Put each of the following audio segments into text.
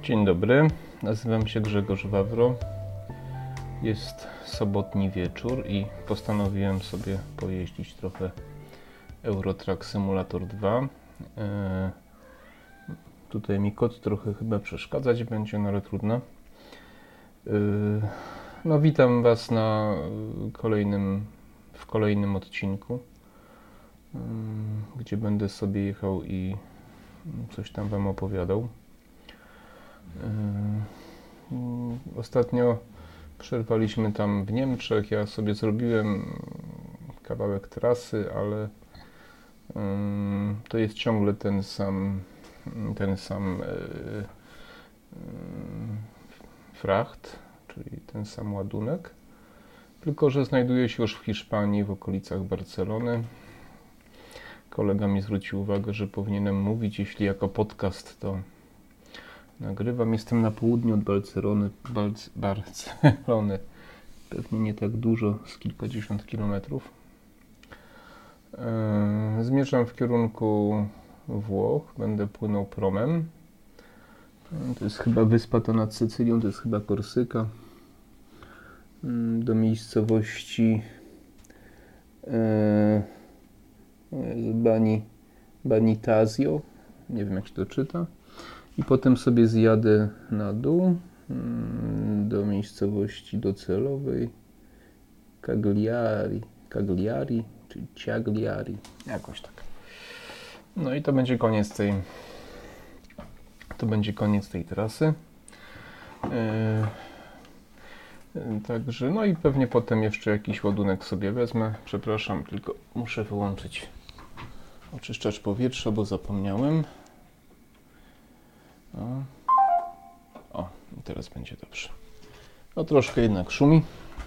Dzień dobry, nazywam się Grzegorz Wawro. Jest sobotni wieczór i postanowiłem sobie pojeździć trochę Euro Truck Simulator 2. Tutaj mi kot trochę chyba przeszkadzać będzie, no ale trudno. No witam Was w kolejnym odcinku, gdzie będę sobie jechał i coś tam Wam opowiadał. Ostatnio przerwaliśmy tam w Niemczech. Ja sobie zrobiłem kawałek trasy, ale to jest ciągle ten sam fracht, czyli ten sam ładunek, tylko że znajduje się już w Hiszpanii, w okolicach Barcelony. Kolega mi zwrócił uwagę, że powinienem mówić, jeśli jako podcast to nagrywam. Jestem na południu od Barcelony, pewnie nie tak dużo, z kilkadziesiąt kilometrów. Zmierzam w kierunku Włoch, będę płynął promem. To jest chyba wyspa ta nad Sycylią, to jest chyba Korsyka. Do miejscowości Banitasio, nie wiem jak się to czyta. I potem sobie zjadę na dół do miejscowości docelowej Cagliari czy Cagliari, jakoś tak. No i to będzie koniec tej trasy. Także, no i pewnie potem jeszcze jakiś ładunek sobie wezmę. Przepraszam, tylko muszę wyłączyć oczyszczacz powietrza, bo zapomniałem. O, i teraz będzie dobrze. No troszkę jednak szumi.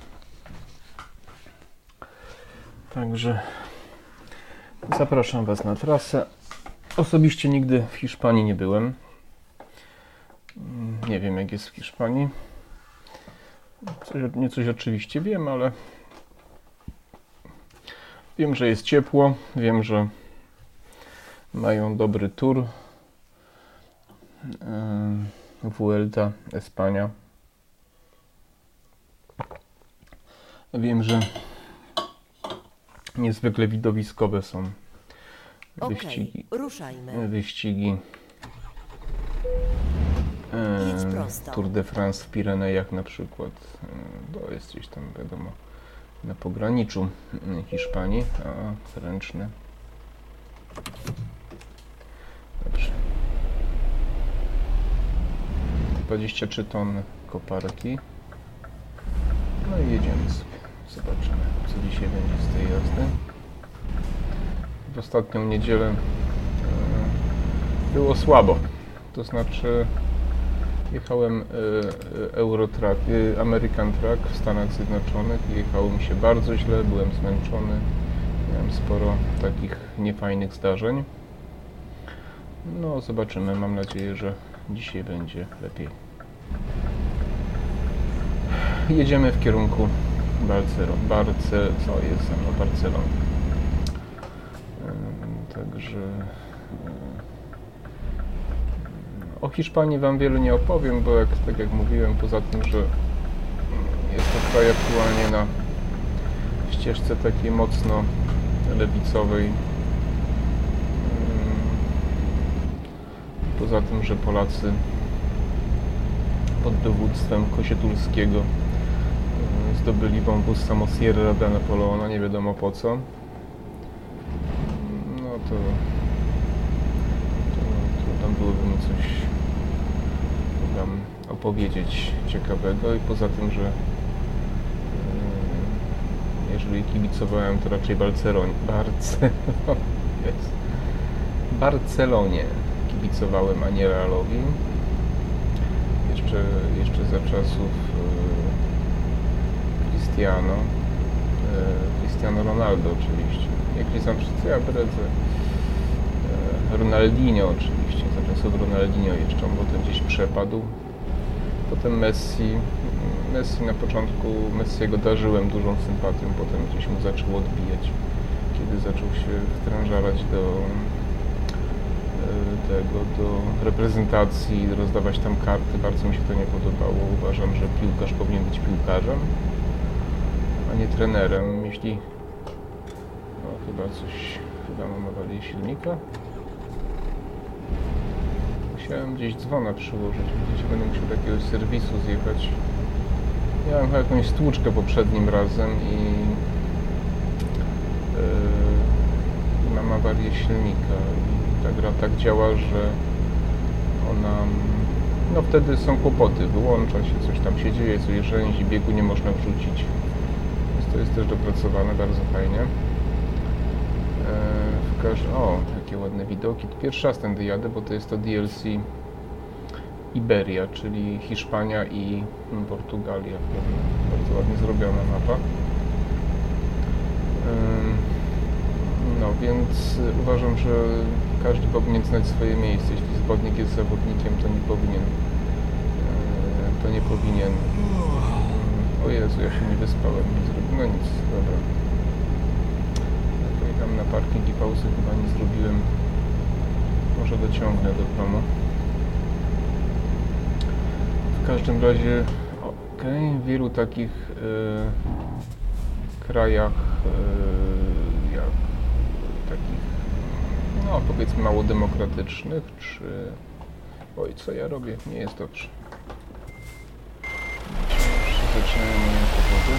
Także zapraszam Was na trasę. Osobiście nigdy w Hiszpanii nie byłem. Nie wiem jak jest w Hiszpanii. Coś oczywiście wiem, ale wiem, że jest ciepło. Wiem, że mają dobry tour. Vuelta Espania. Wiem, że niezwykle widowiskowe są wyścigi Tour de France w Pirenejach na przykład. To jest gdzieś tam, wiadomo, na pograniczu Hiszpanii, a ręczne. Dobrze. 23 ton koparki. No i jedziemy sobie. Zobaczymy, co dzisiaj będzie z tej jazdy. W ostatnią niedzielę było słabo. To znaczy jechałem Eurotrack, American Truck w Stanach Zjednoczonych i jechało mi się bardzo źle, byłem zmęczony. Miałem sporo takich niefajnych zdarzeń. No zobaczymy, mam nadzieję, że dzisiaj będzie lepiej. Jedziemy w kierunku Barcelony. Także o Hiszpanii Wam wiele nie opowiem, bo tak jak mówiłem, poza tym, że jest to kraj aktualnie na ścieżce takiej mocno lewicowej. Poza tym, że Polacy pod dowództwem Kosietulskiego zdobyli wąwóz Samosierra da Napoleona, nie wiadomo po co. No to tam byłoby mi coś tam opowiedzieć ciekawego i poza tym, że jeżeli kibicowałem, to raczej Barcelonie kibicowałem, a nie Realowi. Jeszcze za czasów Cristiano Ronaldo oczywiście. Jak Cristiano, ja bredzę. Ronaldinho oczywiście, za czasów Ronaldinho jeszcze, bo to gdzieś przepadł. Potem Messi na początku Messiego darzyłem dużą sympatią, potem gdzieś mu zaczęło odbijać, kiedy zaczął się wtrążalać do do reprezentacji, rozdawać tam karty. Bardzo mi się to nie podobało. Uważam, że piłkarz powinien być piłkarzem, a nie trenerem. Jeśli... No chyba mam awarię silnika. Musiałem gdzieś dzwona przyłożyć, widzicie, będę musiał do jakiegoś serwisu zjechać. Miałem chyba jakąś stłuczkę poprzednim razem i mam awarię silnika i ta gra tak działa, że ona... No wtedy są kłopoty, wyłącza się, coś tam się dzieje, coś rzęzi, biegu nie można wrzucić. Więc to jest też dopracowane, bardzo fajnie. O, jakie ładne widoki. Pierwszy raz tędy jadę, bo to jest to DLC Iberia, czyli Hiszpania i Portugalia. Bardzo ładnie zrobiona mapa. No więc uważam, że każdy powinien znać swoje miejsce. Jeśli zawodnik jest zawodnikiem, to nie powinien. O Jezu, ja się nie wyspałem, nie zrobiłem. No nic, dobra. Pojechałem na parking i pauzy chyba nie zrobiłem. Może dociągnę do domu. W każdym razie, w wielu takich krajach, jak takich, no powiedzmy mało demokratycznych, czy... Oj, co ja robię? Nie jest dobrze. Zaczynają moje kłopoty.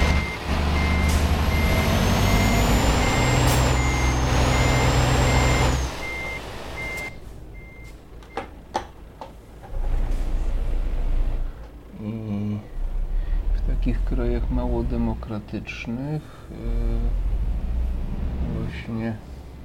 I w takich krajach mało demokratycznych właśnie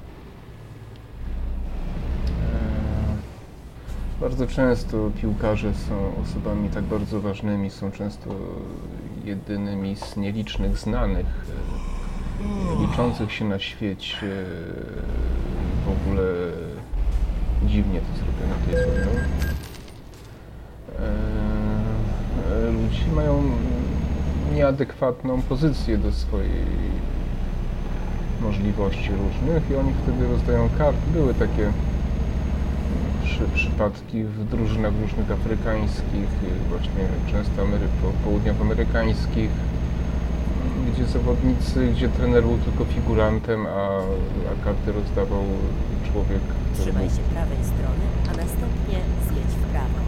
bardzo często piłkarze są osobami tak bardzo ważnymi, są często jedynymi z nielicznych znanych, liczących się na świecie. W ogóle dziwnie to zrobione tej wojną. Ludzie mają nieadekwatną pozycję do swojej możliwości różnych i oni wtedy rozdają karty. Były takie przypadki w drużynach różnych afrykańskich, właśnie często południowoamerykańskich, gdzie trener był tylko figurantem, a karty rozdawał człowiek, który... Trzymaj się prawej strony, a następnie zjedź w prawo.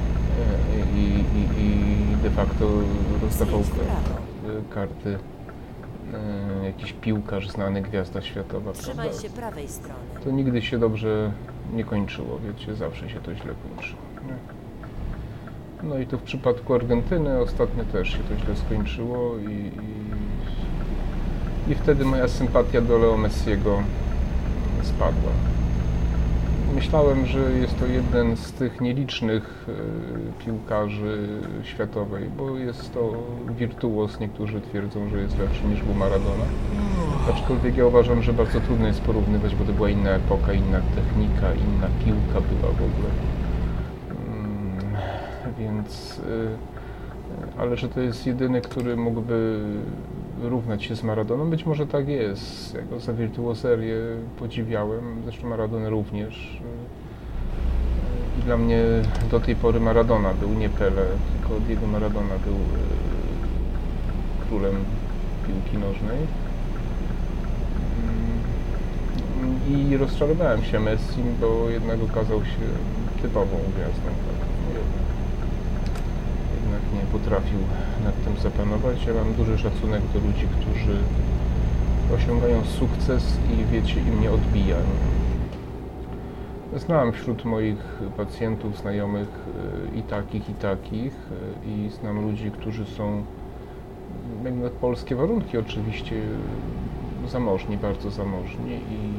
I de facto rozdawał karty jakiś piłkarz znany, gwiazda światowa. Trzymaj się prawej strony. To nigdy się dobrze nie kończyło, wiecie, zawsze się to źle kończyło. Nie? No i tu w przypadku Argentyny ostatnio też się to źle skończyło i wtedy moja sympatia do Leo Messiego spadła. Myślałem, że jest to jeden z tych nielicznych piłkarzy światowej, bo jest to wirtuoz. Niektórzy twierdzą, że jest lepszy niż był Maradona. Aczkolwiek ja uważam, że bardzo trudno jest porównywać, bo to była inna epoka, inna technika, inna piłka była w ogóle. Więc... ale że to jest jedyny, który mógłby równać się z Maradoną, być może tak jest. Ja go za wirtuozerię podziwiałem, zresztą Maradonę również. I dla mnie do tej pory Maradona był, nie Pele, tylko Diego Maradona był królem piłki nożnej. I rozczarowałem się Messim, bo jednak okazał się typową gwiazdą. Jednak nie potrafił nad tym zapanować. Ja mam duży szacunek do ludzi, którzy osiągają sukces i wiecie, im nie odbija. Znam wśród moich pacjentów, znajomych i takich, i znam ludzi, którzy są, jak na polskie warunki oczywiście, zamożni, bardzo zamożni i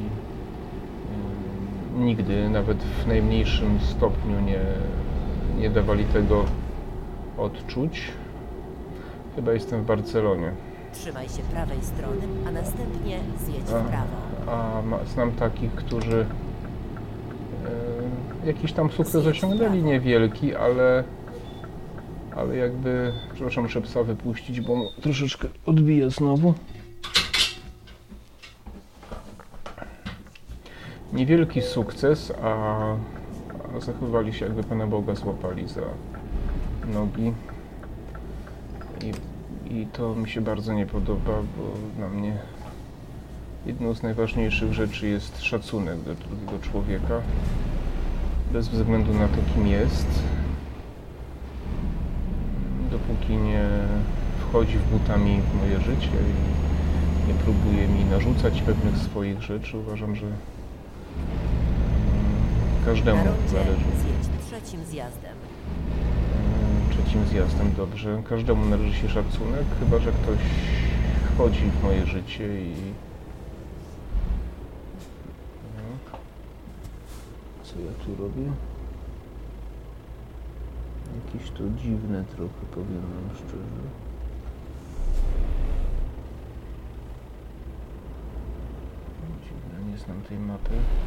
nigdy, nawet w najmniejszym stopniu nie dawali tego odczuć. Chyba jestem w Barcelonie. Trzymaj się prawej strony, a następnie zjedź w prawo. Znam takich, którzy jakiś tam sukces osiągnęli, niewielki, ale jakby... Przepraszam, muszę psa wypuścić, bo troszeczkę odbija znowu. niewielki sukces, a zachowywali się, jakby Pana Boga złapali za nogi. I to mi się bardzo nie podoba, bo dla mnie jedną z najważniejszych rzeczy jest szacunek do drugiego człowieka, bez względu na to, kim jest. Dopóki nie wchodzi w butami w moje życie i nie próbuje mi narzucać pewnych swoich rzeczy, uważam, że każdemu Na rondzie zależy. zjedź trzecim zjazdem. Trzecim zjazdem, dobrze. Każdemu należy się szacunek, chyba że ktoś wchodzi w moje życie i... Co ja tu robię? Jakieś to dziwne trochę, powiem wam szczerze. Dziwne, nie znam tej mapy.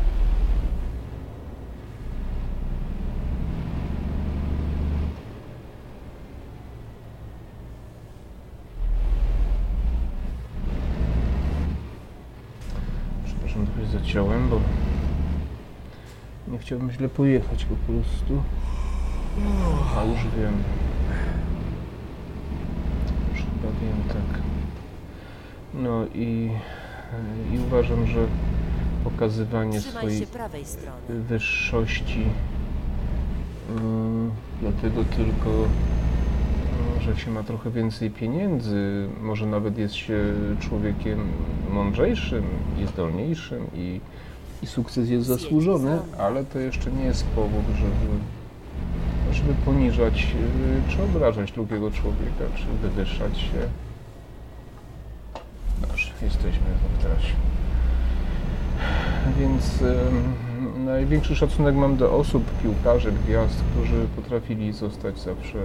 Przepraszam, trochę zaciąłem, bo nie chciałbym źle pojechać po prostu. A już wiem. Już chyba wiem, tak. No i uważam, że pokazywanie Trzymaj swojej się prawej strony. wyższości dlatego tylko, że się ma trochę więcej pieniędzy, może nawet jest się człowiekiem mądrzejszym i zdolniejszym i sukces jest zasłużony, ale to jeszcze nie jest powód, żeby poniżać czy obrażać drugiego człowieka, czy wywyższać się. Dobrze, jesteśmy w trasie. Więc największy szacunek mam do osób, piłkarzy, gwiazd, którzy potrafili zostać zawsze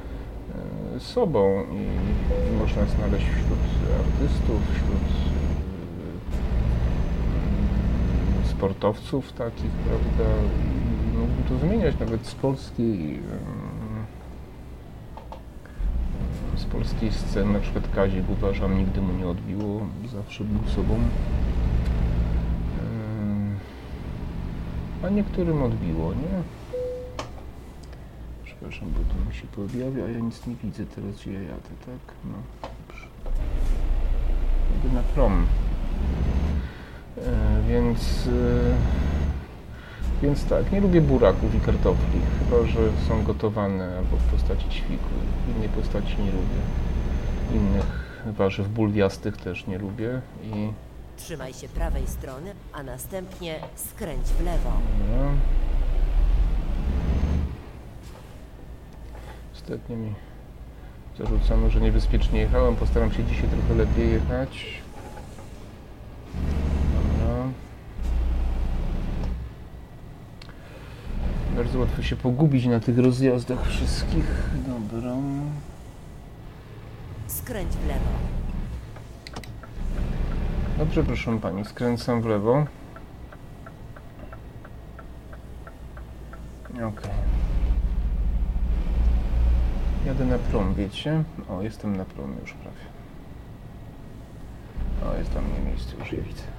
sobą i można znaleźć wśród artystów, wśród sportowców takich, prawda, i mógłbym to zmieniać nawet z polskiej sceny, na przykład Kazik, uważam, nigdy mu nie odbiło, zawsze był sobą, a niektórym odbiło, nie? Przepraszam, bo to mi się pojawia, a ja nic nie widzę teraz, gdzie ja jadę, tak? No, dobrze. Jadę na prom. Więc tak, nie lubię buraków i kartofli, chyba że są gotowane albo w postaci ćwiku. Innej postaci nie lubię. Innych warzyw bulwiastych też nie lubię. Trzymaj się prawej strony, a następnie skręć w lewo. No. Ostatnio mi zarzucano, że niebezpiecznie jechałem. Postaram się dzisiaj trochę lepiej jechać. Bardzo łatwo się pogubić na tych rozjazdach wszystkich. Dobra. Skręć w lewo. Dobrze, proszę pani, skręcam w lewo. Okej. Jadę na prom, wiecie? O, jestem na promie już prawie. O, jest tam mnie miejsce, już je widzę.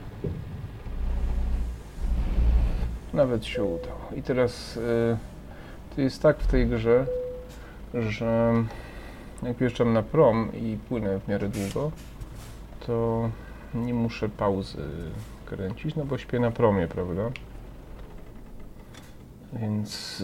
Nawet się udało. I teraz to jest tak w tej grze, że jak wjeżdżam na prom i płynę w miarę długo, to nie muszę pauzy kręcić, no bo śpię na promie, prawda? Więc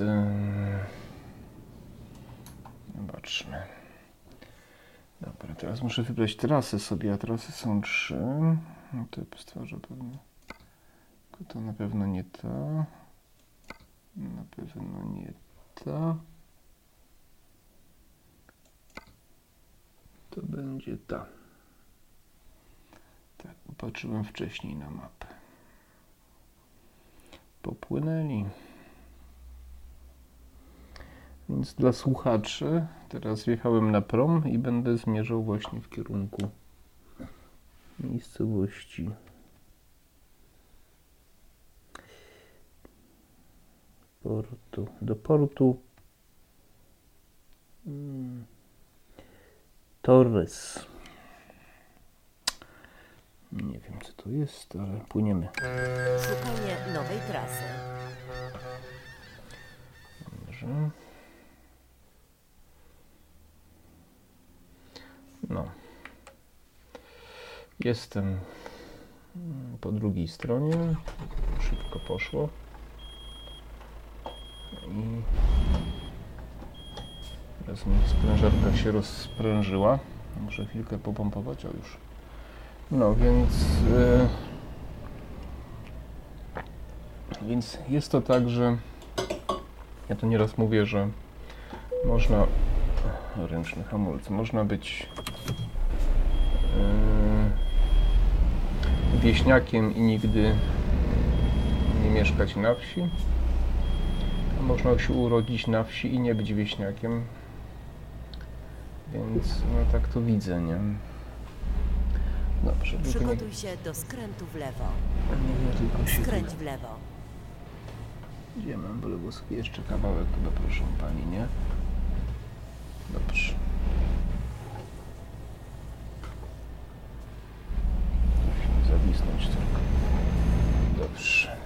zobaczmy. Dobra, teraz muszę wybrać trasę sobie, a trasy są 3. No to stwarza pewnie. To na pewno nie ta. Na pewno nie ta. To będzie ta. Tak, popatrzyłem wcześniej na mapę. Popłynęli. Więc dla słuchaczy teraz wjechałem na prom i będę zmierzał właśnie w kierunku miejscowości portu. Do portu Torres. Nie wiem, co to jest, ale płyniemy. Szukanie nowej trasy. Dobrze. No. Jestem po drugiej stronie. Szybko poszło. I teraz mi sprężarka się rozsprężyła. Muszę chwilkę popompować, o już. No więc jest to tak, że ja to nieraz mówię, że można ręczny hamulec, można być wieśniakiem i nigdy nie mieszkać na wsi, a można się urodzić na wsi i nie być wieśniakiem, więc no tak to widzę, nie? Dobrze. Przygotuj się do skrętu w lewo. Ja tylko się Skręć w lewo. Gdzie mam w lewo? Jeszcze kawałek chyba, proszę pani, nie? Dobrze. Musimy zawisnąć tylko. Dobrze.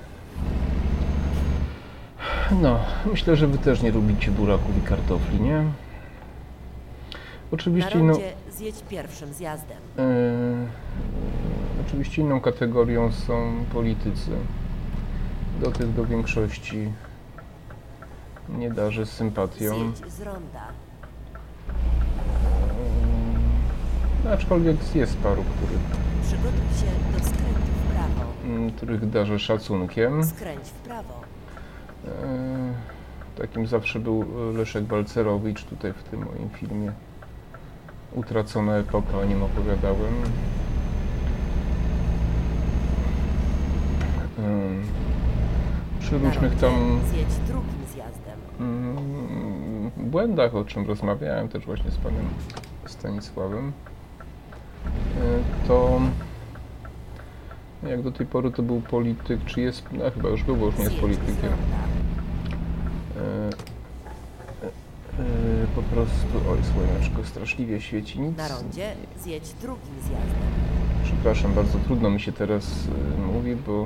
No, myślę, że wy też nie lubicie buraków i kartofli, nie? Na Oczywiście rondzie zjedź pierwszym zjazdem. oczywiście inną kategorią są politycy. Do większości nie darzę sympatią. Zjedź z ronda. Aczkolwiek jest paru, Przygotuj się do skrętu w prawo. których darzę szacunkiem. Skręć w prawo. Takim zawsze był Leszek Balcerowicz tutaj w tym moim filmie. Utracona epoka, o nim opowiadałem. Przy Na różnych rondzie tam zjedź drugim zjazdem. błędach, o czym rozmawiałem też właśnie z panem Stanisławem, to jak do tej pory to był polityk, czy jest, no chyba już był, bo już nie jest Zjedź z politykiem. ronda. Po prostu, oj, słoneczko straszliwie świeci, nic. Na rondzie zjedź drugim zjazdem. Przepraszam, bardzo trudno mi się teraz mówi, bo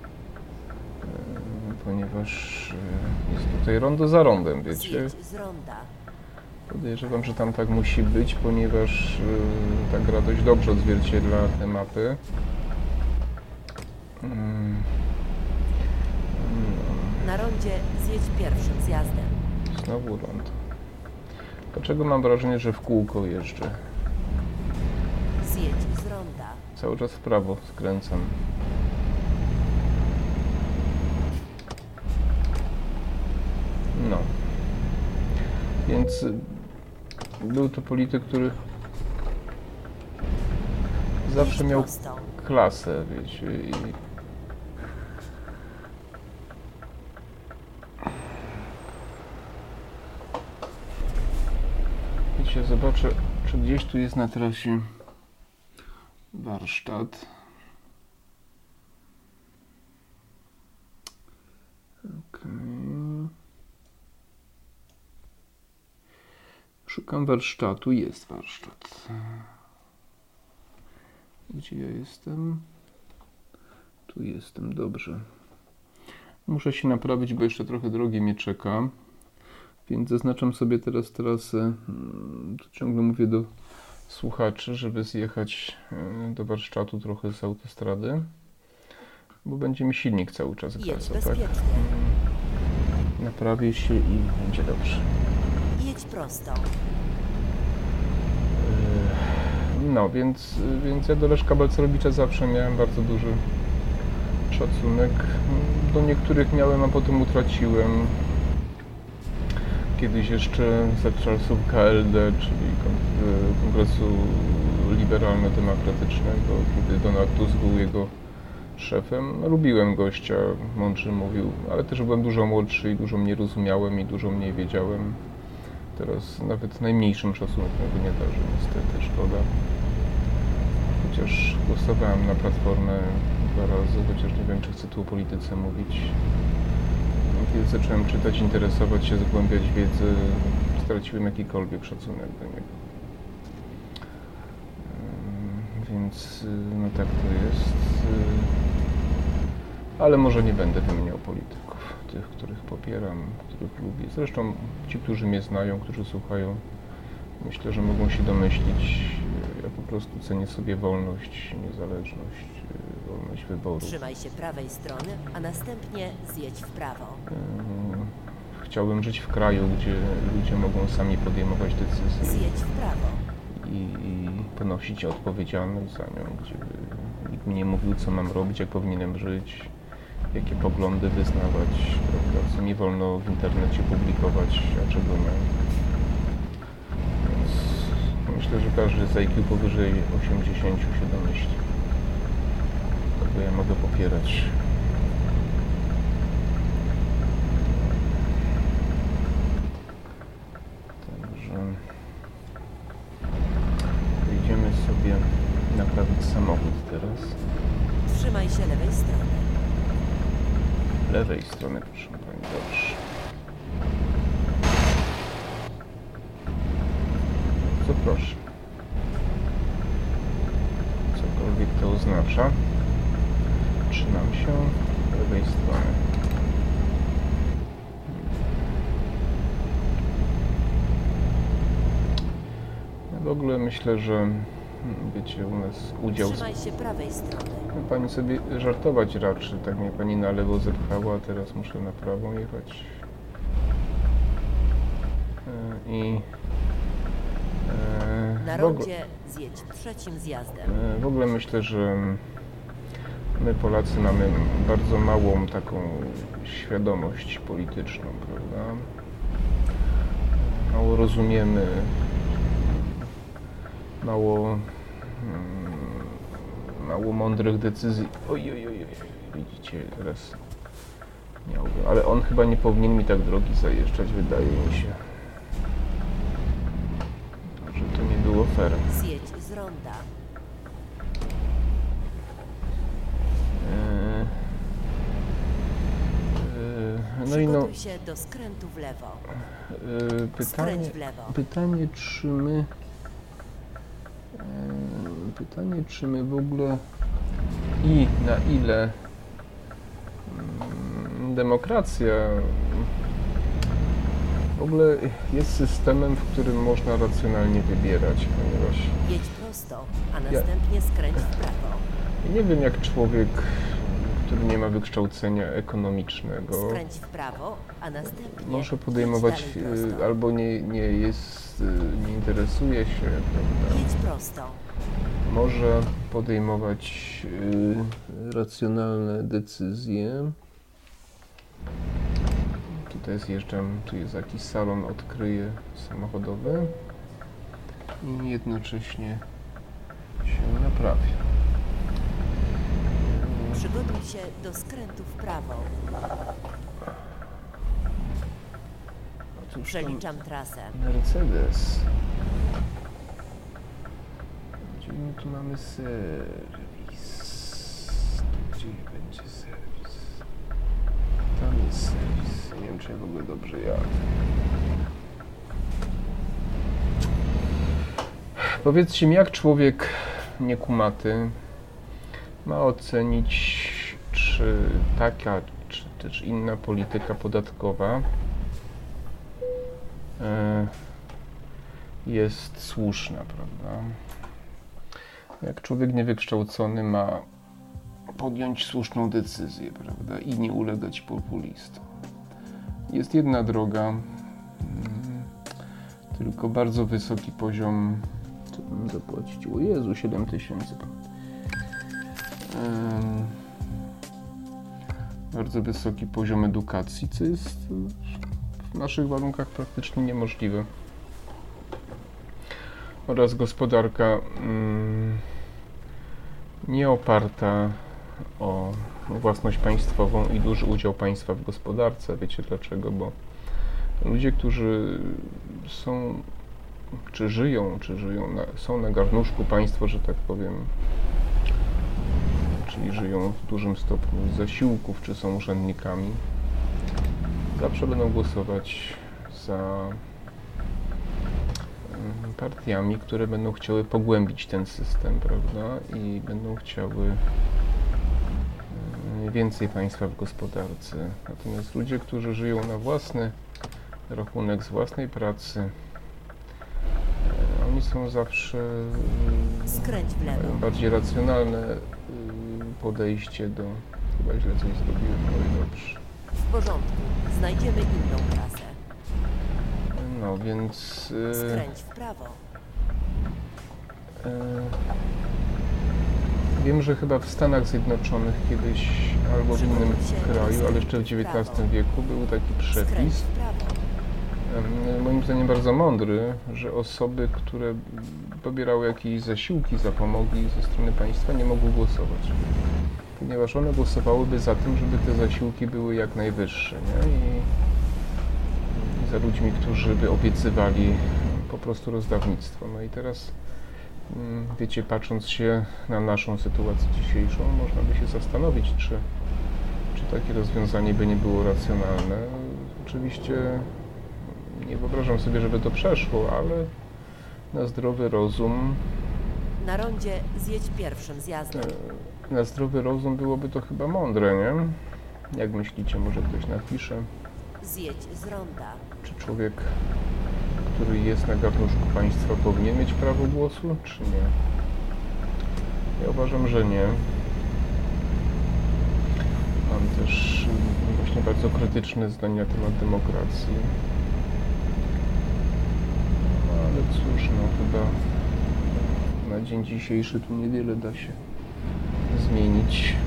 ponieważ jest tutaj rondo za rondem, wiecie. Zjedź z ronda. Podejrzewam, że tam tak musi być, ponieważ ta gra dość dobrze odzwierciedla te mapy. Na rondzie zjedź pierwszym zjazdem. Znowu rondo. Dlaczego mam wrażenie, że w kółko jeżdżę? Zjedź z ronda. Cały czas w prawo skręcam. No. Więc był to polityk, który zawsze Jedź miał prostą. klasę, wiecie. Wiecie, zobaczę, czy gdzieś tu jest na trasie warsztat. Okej. Szukam warsztatu. Jest warsztat. Gdzie ja jestem? Tu jestem, dobrze. Muszę się naprawić, bo jeszcze trochę drogi mnie czeka. Więc zaznaczam sobie teraz trasę. Tu ciągle mówię do słuchaczy, żeby zjechać do warsztatu trochę z autostrady. Bo będzie mi silnik cały czas Jedź grać, tak? bezpiecznie. Naprawię się i będzie dobrze. Jedź prostą. No, więc ja do Leszka Balcerowicza zawsze miałem bardzo duży szacunek. Do niektórych miałem, a potem utraciłem. Kiedyś jeszcze za czasów KLD, czyli Kongresu Liberalno-Demokratycznego, kiedy Donald Tusk był jego szefem. Lubiłem gościa, mądrze mówił, ale też byłem dużo młodszy i dużo mniej rozumiałem i dużo mniej wiedziałem. Teraz nawet najmniejszym szacunkiem go nie darzę, niestety, szkoda. Chociaż głosowałem na Platformę 2 razy, chociaż nie wiem, czy chcę tu o polityce mówić. Kiedy zacząłem czytać, interesować się, zgłębiać wiedzę, straciłem jakikolwiek szacunek do niego. Więc no tak to jest. Ale może nie będę wymieniał polityków, tych, których popieram, których lubię. Zresztą ci, którzy mnie znają, którzy słuchają, myślę, że mogą się domyślić. Ja po prostu cenię sobie wolność, niezależność, wolność wyboru. Trzymaj się prawej strony, a następnie zjedź w prawo. Chciałbym żyć w kraju, gdzie ludzie mogą sami podejmować decyzje Zjedź w prawo. i ponosić odpowiedzialność za nią, gdzie nikt mi nie mówił, co mam robić, jak powinienem żyć, jakie poglądy wyznawać, prawda, co nie wolno w internecie publikować, a czego nie. Więc myślę, że każdy z IQ powyżej 80 się domyśli, kogo ja mogę popierać. Także idziemy sobie naprawić samochód teraz. Trzymaj się lewej strony. Lewej strony, proszę pani, dobrze. Co proszę. Cokolwiek to oznacza. Trzymam się lewej strony. W ogóle myślę, że wiecie, u nas udział... Trzymaj się prawej strony. Pani sobie żartować raczy, tak mnie pani na lewo zepchała, a teraz muszę na prawą jechać. Na rondzie zjedź trzecim zjazdem. W ogóle myślę, że my Polacy mamy bardzo małą taką świadomość polityczną, prawda? Mało rozumiemy, mało mądrych decyzji. Oj, widzicie, teraz miałbym, ale on chyba nie powinien mi tak drogi zajeżdżać, wydaje mi się, że to nie było fair. Zjedź z ronda. No i no, Przygotuj się do skrętu w lewo. Skręć w lewo. Pytanie, czy my w ogóle i na ile demokracja w ogóle jest systemem, w którym można racjonalnie wybierać, ponieważ Jedź prosto, a następnie skręć w prawo. nie wiem, jak człowiek, który nie ma wykształcenia ekonomicznego, Skręć w prawo, a następnie może podejmować jedź dalej prosto. albo nie interesuje się, prawda? Jedź prosto. Może podejmować racjonalne decyzje. Tutaj zjeżdżam, tu jest jakiś salon, odkryję samochodowy i jednocześnie się naprawia. Przygotuj się do skrętu w prawo. Cóż tam, Przeliczam trasę. Mercedes. Gdzie my tu mamy serwis? Gdzie będzie serwis? Tam jest serwis. Nie wiem, czy ja w ogóle dobrze jadę. Powiedzcie mi, jak człowiek niekumaty ma ocenić, czy taka, czy też inna polityka podatkowa jest słuszna, prawda? Jak człowiek niewykształcony ma podjąć słuszną decyzję, prawda? I nie ulegać populistom. Jest jedna droga, tylko bardzo wysoki poziom. Co mam zapłacić? O Jezu, 7000. Bardzo wysoki poziom edukacji, co jest w naszych warunkach praktycznie niemożliwe. Oraz gospodarka nie oparta o własność państwową i duży udział państwa w gospodarce. Wiecie dlaczego? Bo ludzie, którzy są, czy żyją, są na garnuszku państwa, że tak powiem, czyli żyją w dużym stopniu z zasiłków, czy są urzędnikami, zawsze będą głosować za partiami, które będą chciały pogłębić ten system, prawda, i będą chciały więcej państwa w gospodarce. Natomiast ludzie, którzy żyją na własny rachunek z własnej pracy, oni są zawsze Skręć w lewo. mają bardziej racjonalne podejście do... Chyba źle coś zrobiłem, no i dobrze. W porządku. Znajdziemy inną trasę. No więc... Skręć w prawo. Wiem, że chyba w Stanach Zjednoczonych kiedyś, albo w innym kraju, ale jeszcze w XIX wieku był taki Skręć przepis, w prawo. moim zdaniem bardzo mądry, że osoby, które pobierały jakieś zasiłki, zapomogi ze strony państwa, nie mogły głosować. Ponieważ one głosowałyby za tym, żeby te zasiłki były jak najwyższe, nie? I za ludźmi, którzy by obiecywali po prostu rozdawnictwo. No i teraz, wiecie, patrząc się na naszą sytuację dzisiejszą, można by się zastanowić, czy takie rozwiązanie by nie było racjonalne. Oczywiście nie wyobrażam sobie, żeby to przeszło, ale na zdrowy rozum, Na rondzie zjedź pierwszym zjazdem. na zdrowy rozum byłoby to chyba mądre, nie? Jak myślicie, może ktoś napisze, Zjedź z ronda. czy człowiek, który jest na garnuszku państwa, powinien mieć prawo głosu, czy nie? Ja uważam, że nie. Mam też właśnie bardzo krytyczne zdanie na temat demokracji. No, ale cóż, no chyba na dzień dzisiejszy tu niewiele da się zmienić.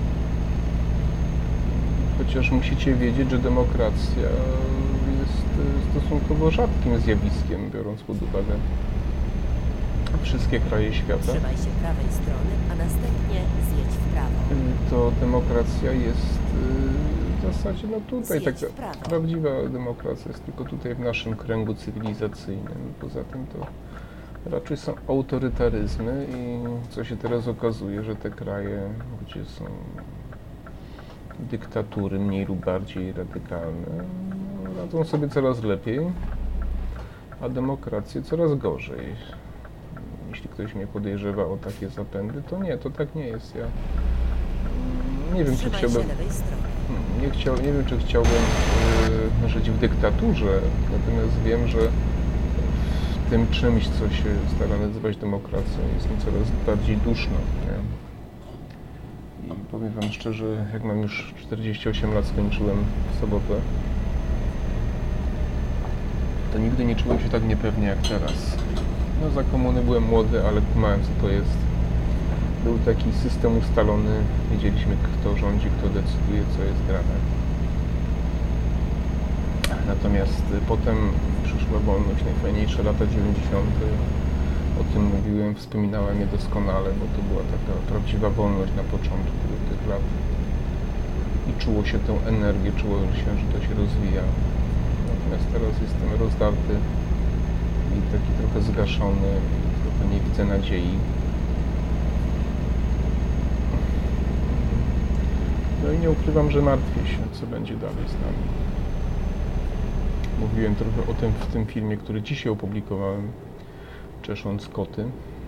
Chociaż musicie wiedzieć, że demokracja jest stosunkowo rzadkim zjawiskiem, biorąc pod uwagę wszystkie kraje świata. Trzymaj się prawej strony, a następnie zjedź w prawo. To demokracja jest w zasadzie, no tutaj Zjedź taka w prawo. prawdziwa demokracja jest tylko tutaj w naszym kręgu cywilizacyjnym. Poza tym to raczej są autorytaryzmy i co się teraz okazuje, że te kraje, gdzie są dyktatury mniej lub bardziej radykalne, no, radzą sobie coraz lepiej, a demokracje coraz gorzej. Jeśli ktoś mnie podejrzewa o takie zapędy, to nie, to tak nie jest. Ja nie wiem, czy Trzymaj chciałbym, się lewej strony. nie wiem, czy chciałbym żyć w dyktaturze, natomiast wiem, że w tym czymś, co się stara nazywać demokracją, jest mi coraz bardziej duszno. Nie? I powiem wam szczerze, jak mam już 48 lat, skończyłem w sobotę, to nigdy nie czułem się tak niepewnie jak teraz. No za komuny byłem młody, ale kumałem, co to jest. Był taki system ustalony, wiedzieliśmy, kto rządzi, kto decyduje, co jest grane. Natomiast potem przyszła wolność, najfajniejsze lata 90. O tym mówiłem, wspominałem je doskonale, bo to była taka prawdziwa wolność na początku tych lat. I czuło się tę energię, czuło się, że to się rozwija. Natomiast teraz jestem rozdarty i taki trochę zgaszony, i trochę nie widzę nadziei. No i nie ukrywam, że martwię się, co będzie dalej z nami. Mówiłem trochę o tym w tym filmie, który dzisiaj opublikowałem, Czesząc koty.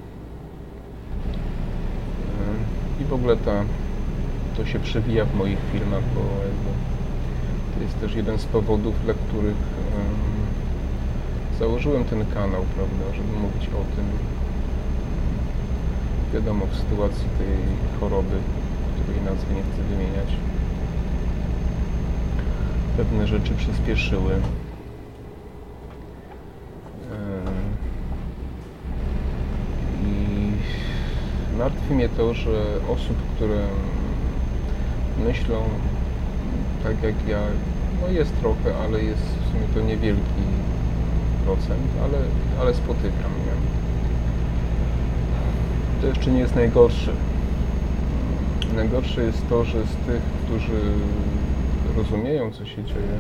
I w ogóle to się przewija w moich filmach, bo to jest też jeden z powodów, dla których założyłem ten kanał, prawda, żeby mówić o tym. Wiadomo, w sytuacji tej choroby, której nazwy nie chcę wymieniać, pewne rzeczy przyspieszyły. I martwi mnie to, że osób, które myślą tak jak ja, no jest trochę, ale jest w sumie to niewielki procent, ale spotykam, nie? To jeszcze nie jest najgorsze. Najgorsze jest to, że z tych, którzy rozumieją, co się dzieje,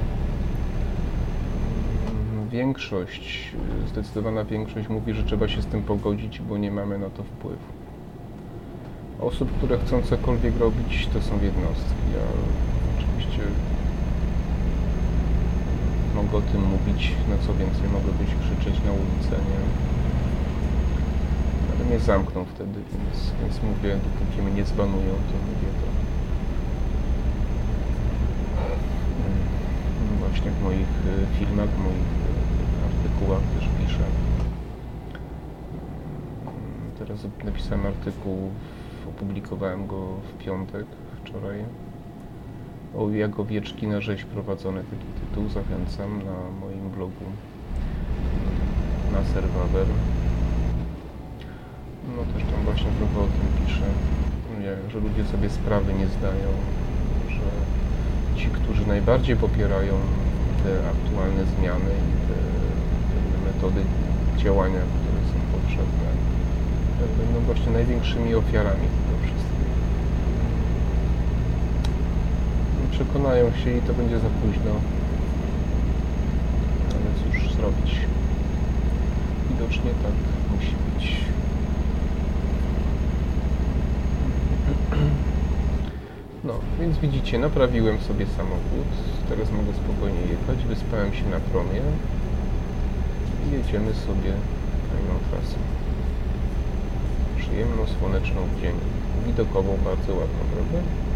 zdecydowana większość mówi, że trzeba się z tym pogodzić, bo nie mamy na to wpływu. Osób, które chcą cokolwiek robić, to są jednostki. Ja oczywiście mogę o tym mówić, no co więcej, mogę być krzyczeć na ulicę, nie? Ale mnie zamkną wtedy, więc mówię, dopóki mnie nie zbanują, to mówię to. No właśnie w moich filmach, w moich artykułach też piszę. Teraz napisałem artykuł, opublikowałem go w piątek, wczoraj. O jak owieczki na rzeź prowadzone, taki tytuł, zachęcam na moim blogu na Serwaber. No też tam właśnie trochę o tym piszę, że ludzie sobie sprawy nie zdają, że ci, którzy najbardziej popierają te aktualne zmiany i te metody działania, które są potrzebne, będą właśnie największymi ofiarami tego wszystkiego. Przekonają się i to będzie za późno. Ale cóż zrobić? Widocznie tak musi być. No, więc widzicie, naprawiłem sobie samochód. Teraz mogę spokojnie jechać. Wyspałem się na promie. I jedziemy sobie fajną trasą. Przyjemną, słoneczną w dzień. Widokową bardzo ładną, prawda?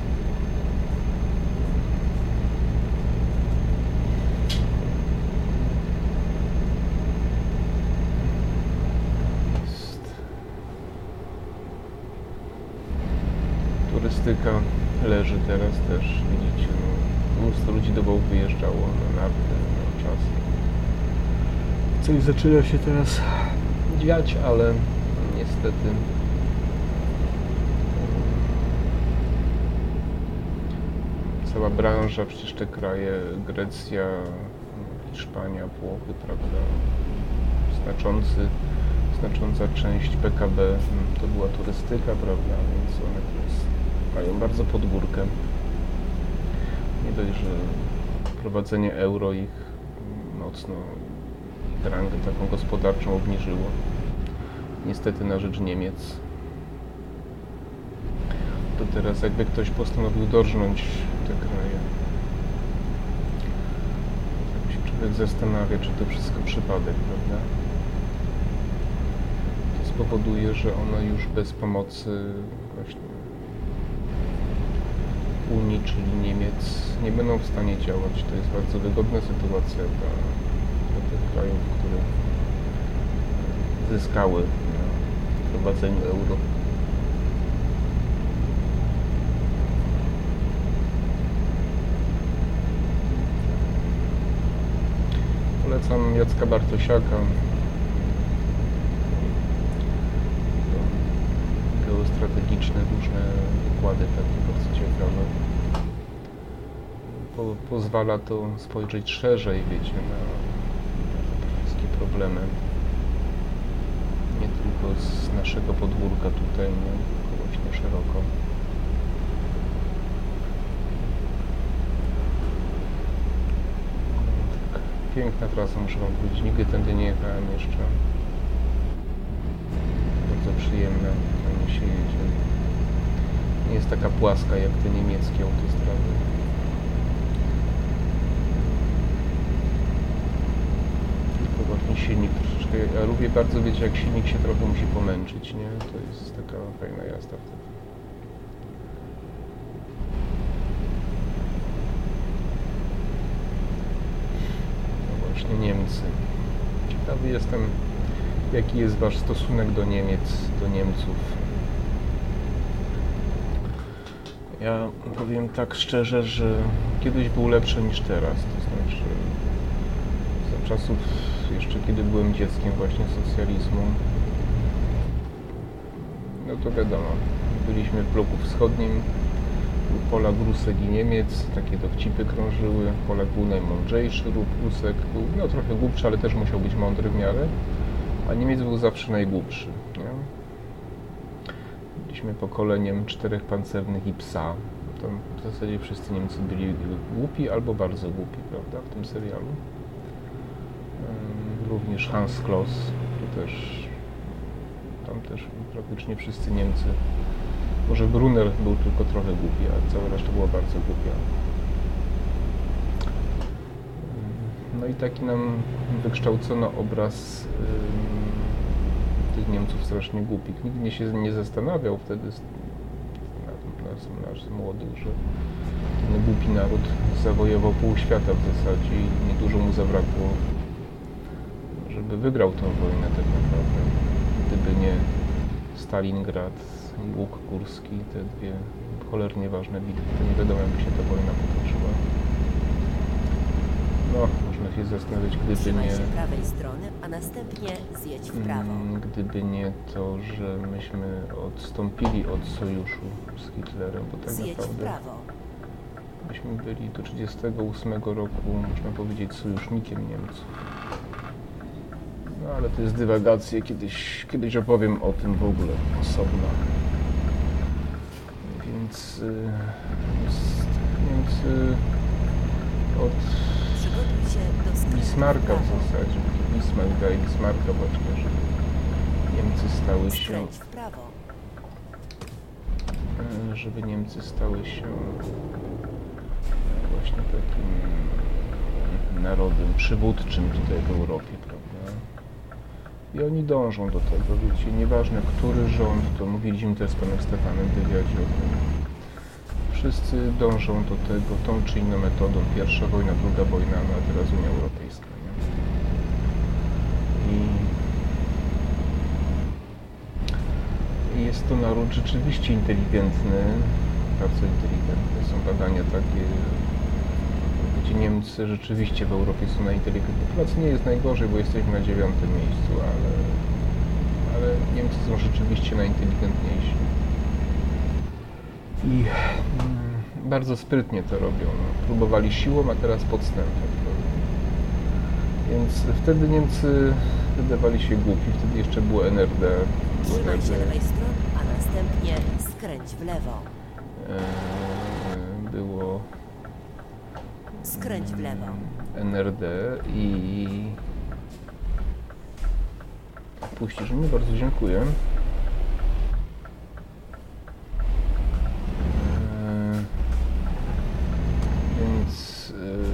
Turystyka leży teraz też, widzicie, no, mnóstwo ludzi do Wałk wyjeżdżało na narty, na czas. Coś zaczyna się teraz dziać, ale niestety cała branża, przecież te kraje, Grecja, Hiszpania, Włochy, prawda, znacząca część PKB to była turystyka, prawda, więc one teraz mają bardzo pod górkę. Nie dość, że wprowadzenie euro ich mocno rangę taką gospodarczą obniżyło. Niestety na rzecz Niemiec. To teraz jakby ktoś postanowił dorżnąć te kraje. Tak się człowiek zastanawia, czy to wszystko przypadek, prawda? To spowoduje, że one już bez pomocy właśnie Unii, czyli Niemiec, nie będą w stanie działać. To jest bardzo wygodna sytuacja dla tych krajów, które zyskały na wprowadzeniu euro. Polecam Jacka Bartosiaka. Geostrategiczne różne wykłady takie bardzo ciekawe. Pozwala to spojrzeć szerzej, wiecie, na te wszystkie problemy. Nie tylko z naszego podwórka tutaj, nie, tylko właśnie szeroko. Tak, piękna trasa, muszę wam powiedzieć. Nigdy tędy nie jechałem jeszcze. Bardzo przyjemna, fajnie się jedzie. Nie jest taka płaska jak te niemieckie autostrady. Tylko właśnie silnik troszeczkę. Ja lubię bardzo, wiecie, jak silnik się trochę musi pomęczyć, nie? To jest taka fajna jazda wtedy. No właśnie Niemcy. Ciekawy jestem, jaki jest wasz stosunek do Niemiec, do Niemców. Ja powiem tak szczerze, że kiedyś był lepszy niż teraz, to znaczy za czasów jeszcze kiedy byłem dzieckiem właśnie socjalizmu, no to wiadomo, byliśmy w bloku wschodnim, był Polak, Rusek i Niemiec, takie dowcipy krążyły, Polak był najmądrzejszy, Rusek był no trochę głupszy, ale też musiał być mądry w miarę, a Niemiec był zawsze najgłupszy, nie? Byliśmy pokoleniem 4 pancernych i psa. Tam w zasadzie wszyscy Niemcy byli głupi albo bardzo głupi, prawda, w tym serialu. Również Hans Kloss, tam też praktycznie wszyscy Niemcy. Może Brunner był tylko trochę głupi, a cała reszta była bardzo głupia. No i taki nam wykształcono obraz tych Niemców strasznie głupich. Nikt się nie zastanawiał wtedy, nas młodych, że ten głupi naród zawojował pół świata w zasadzie i niedużo mu zabrakło, żeby wygrał tę wojnę tak naprawdę. Gdyby nie Stalingrad i Łuk Kurski, te dwie cholernie ważne bitwy, to nie wiadomo, jakby się ta wojna potoczyła. No, można się zastanawiać, gdyby Trzymaj nie... się prawej strony, a następnie zjedź w prawo. Gdyby nie to, że myśmy odstąpili od sojuszu z Hitlerem, bo tak Zjedź w naprawdę prawo. myśmy byli do 1938 roku, można powiedzieć, sojusznikiem Niemców. No ale to jest dywagacja, kiedyś opowiem o tym w ogóle osobno. Więc Niemcy od Przygotuj się do skrętu w Bismarcka w prawo. zasadzie, Bismarck daje Bismarcka właśnie, że Niemcy stały się, Skręć w prawo. żeby Niemcy stały się właśnie takim narodem przywódczym tutaj w Europie, prawda? I oni dążą do tego, wiecie, nieważne który rząd, to mówiliśmy też z panem Stefanem w wywiadzie o tym, wszyscy dążą do tego tą czy inną metodą. Pierwsza wojna, druga wojna, no a teraz Unia Europejska, nie? I jest to naród rzeczywiście inteligentny, bardzo inteligentny. Są badania takie, gdzie Niemcy rzeczywiście w Europie są najinteligentniejsi. Polacy nie jest najgorzej, bo jesteśmy na 9. miejscu, ale Niemcy są rzeczywiście najinteligentniejsi. I bardzo sprytnie to robią. No. Próbowali siłą, a teraz podstępem. Więc wtedy Niemcy wydawali się głupi. Wtedy jeszcze było NRD. Trzymaj się lewej strony, a następnie skręć w lewo. Było Skręć w lewo. NRD i puścisz mnie, bardzo dziękuję. Więc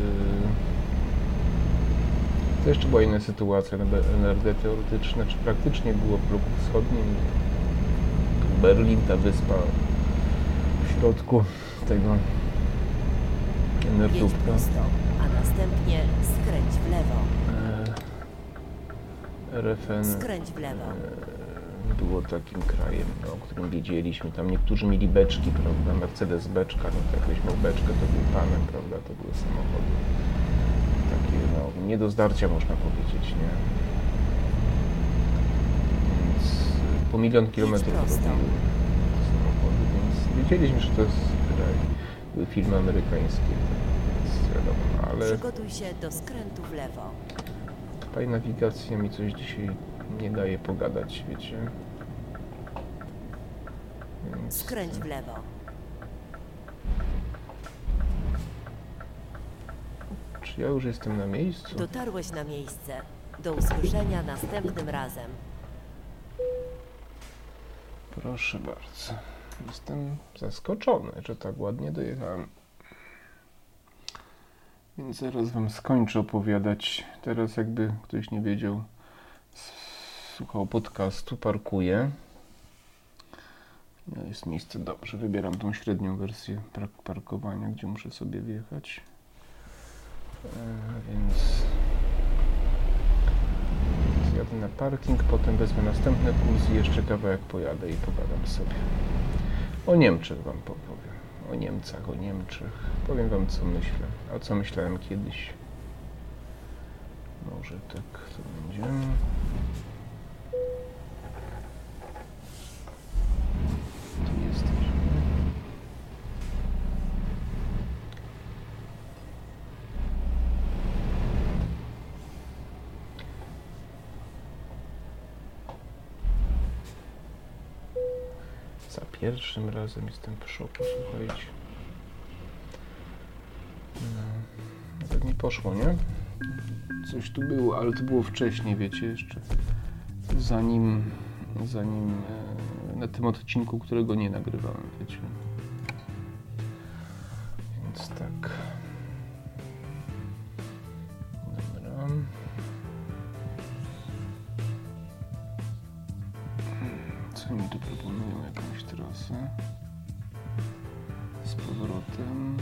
to jeszcze była inna sytuacja na NRD teoretyczne, czy praktycznie było w bloku wschodnim. Berlin, ta wyspa w środku tego Jedź NRD-ówka. prosto, a następnie skręć w lewo. RFN Skręć w lewo. było takim krajem, no, o którym wiedzieliśmy. Tam niektórzy mieli beczki, prawda? Mercedes beczka, no to jak ktoś miał beczkę, to był panem, prawda? To były samochody takie, no, nie do zdarcia, można powiedzieć, nie? Więc po 1 000 000 kilometrów prosto. robiły te samochody, więc wiedzieliśmy, że to jest kraj. Były filmy amerykańskie, więc wiadomo, ale Przygotuj się do skrętu w lewo. tutaj nawigacja mi coś dzisiaj nie daje pogadać, wiecie. Więc Skręć w lewo. czy ja już jestem na miejscu? Dotarłeś na miejsce. Do usłyszenia następnym razem. Proszę bardzo. Jestem zaskoczony, że tak ładnie dojechałem. Więc zaraz wam skończę opowiadać. Teraz jakby ktoś nie wiedział, słuchał podcastu, parkuję. Jest miejsce dobrze. Wybieram tą średnią wersję parkowania, gdzie muszę sobie wjechać. Więc jadę na parking, potem wezmę następny puls i jeszcze kawałek pojadę i pogadam sobie. O Niemczech wam powiem. O Niemcach, o Niemczech. Powiem wam, co myślę. A co myślałem kiedyś. Może tak to będzie. Tu jesteśmy. Za pierwszym razem jestem w szoku, słuchajcie. No, tak mi poszło, nie? Coś tu było, ale to było wcześniej, wiecie, jeszcze zanim na tym odcinku, którego nie nagrywałem, wiecie. Więc tak. wrócę. Z powrotem.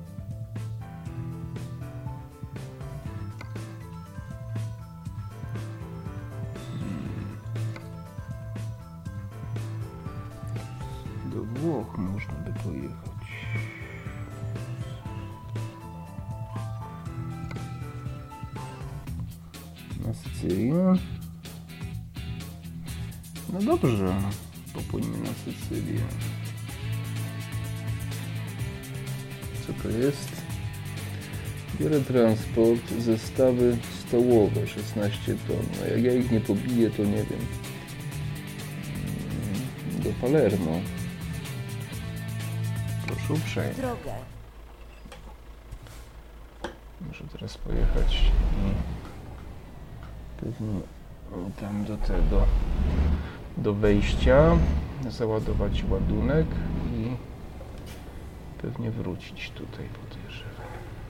Do Włoch można by pojechać. Na Sycylię. No dobrze, popłyńmy na Sycylię. Co to jest? Biorę transport, zestawy stołowe, 16 ton. No jak ja ich nie pobiję, to nie wiem. Do Palermo. Proszę uprzejmie. Drogę. Muszę teraz pojechać i pewnie tam do wejścia, załadować ładunek i pewnie wrócić tutaj, podejrzewam.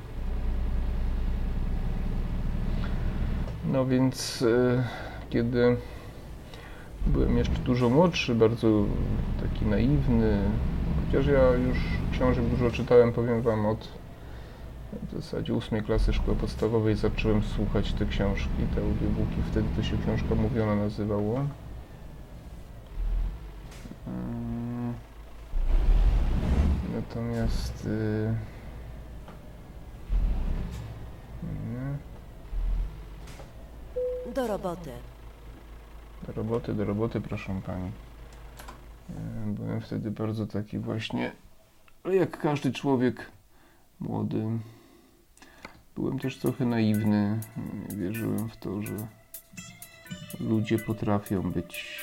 No więc kiedy byłem jeszcze dużo młodszy, bardzo taki naiwny, chociaż ja już książek dużo czytałem, powiem wam, od w zasadzie 8 klasy szkoły podstawowej zacząłem słuchać te książki, te audiobooki, wtedy to się Książka Mówiona nazywało. Natomiast Do roboty. do roboty, proszę pani. Byłem wtedy bardzo taki właśnie, jak każdy człowiek młody. Byłem też trochę naiwny. Wierzyłem w to, że ludzie potrafią być...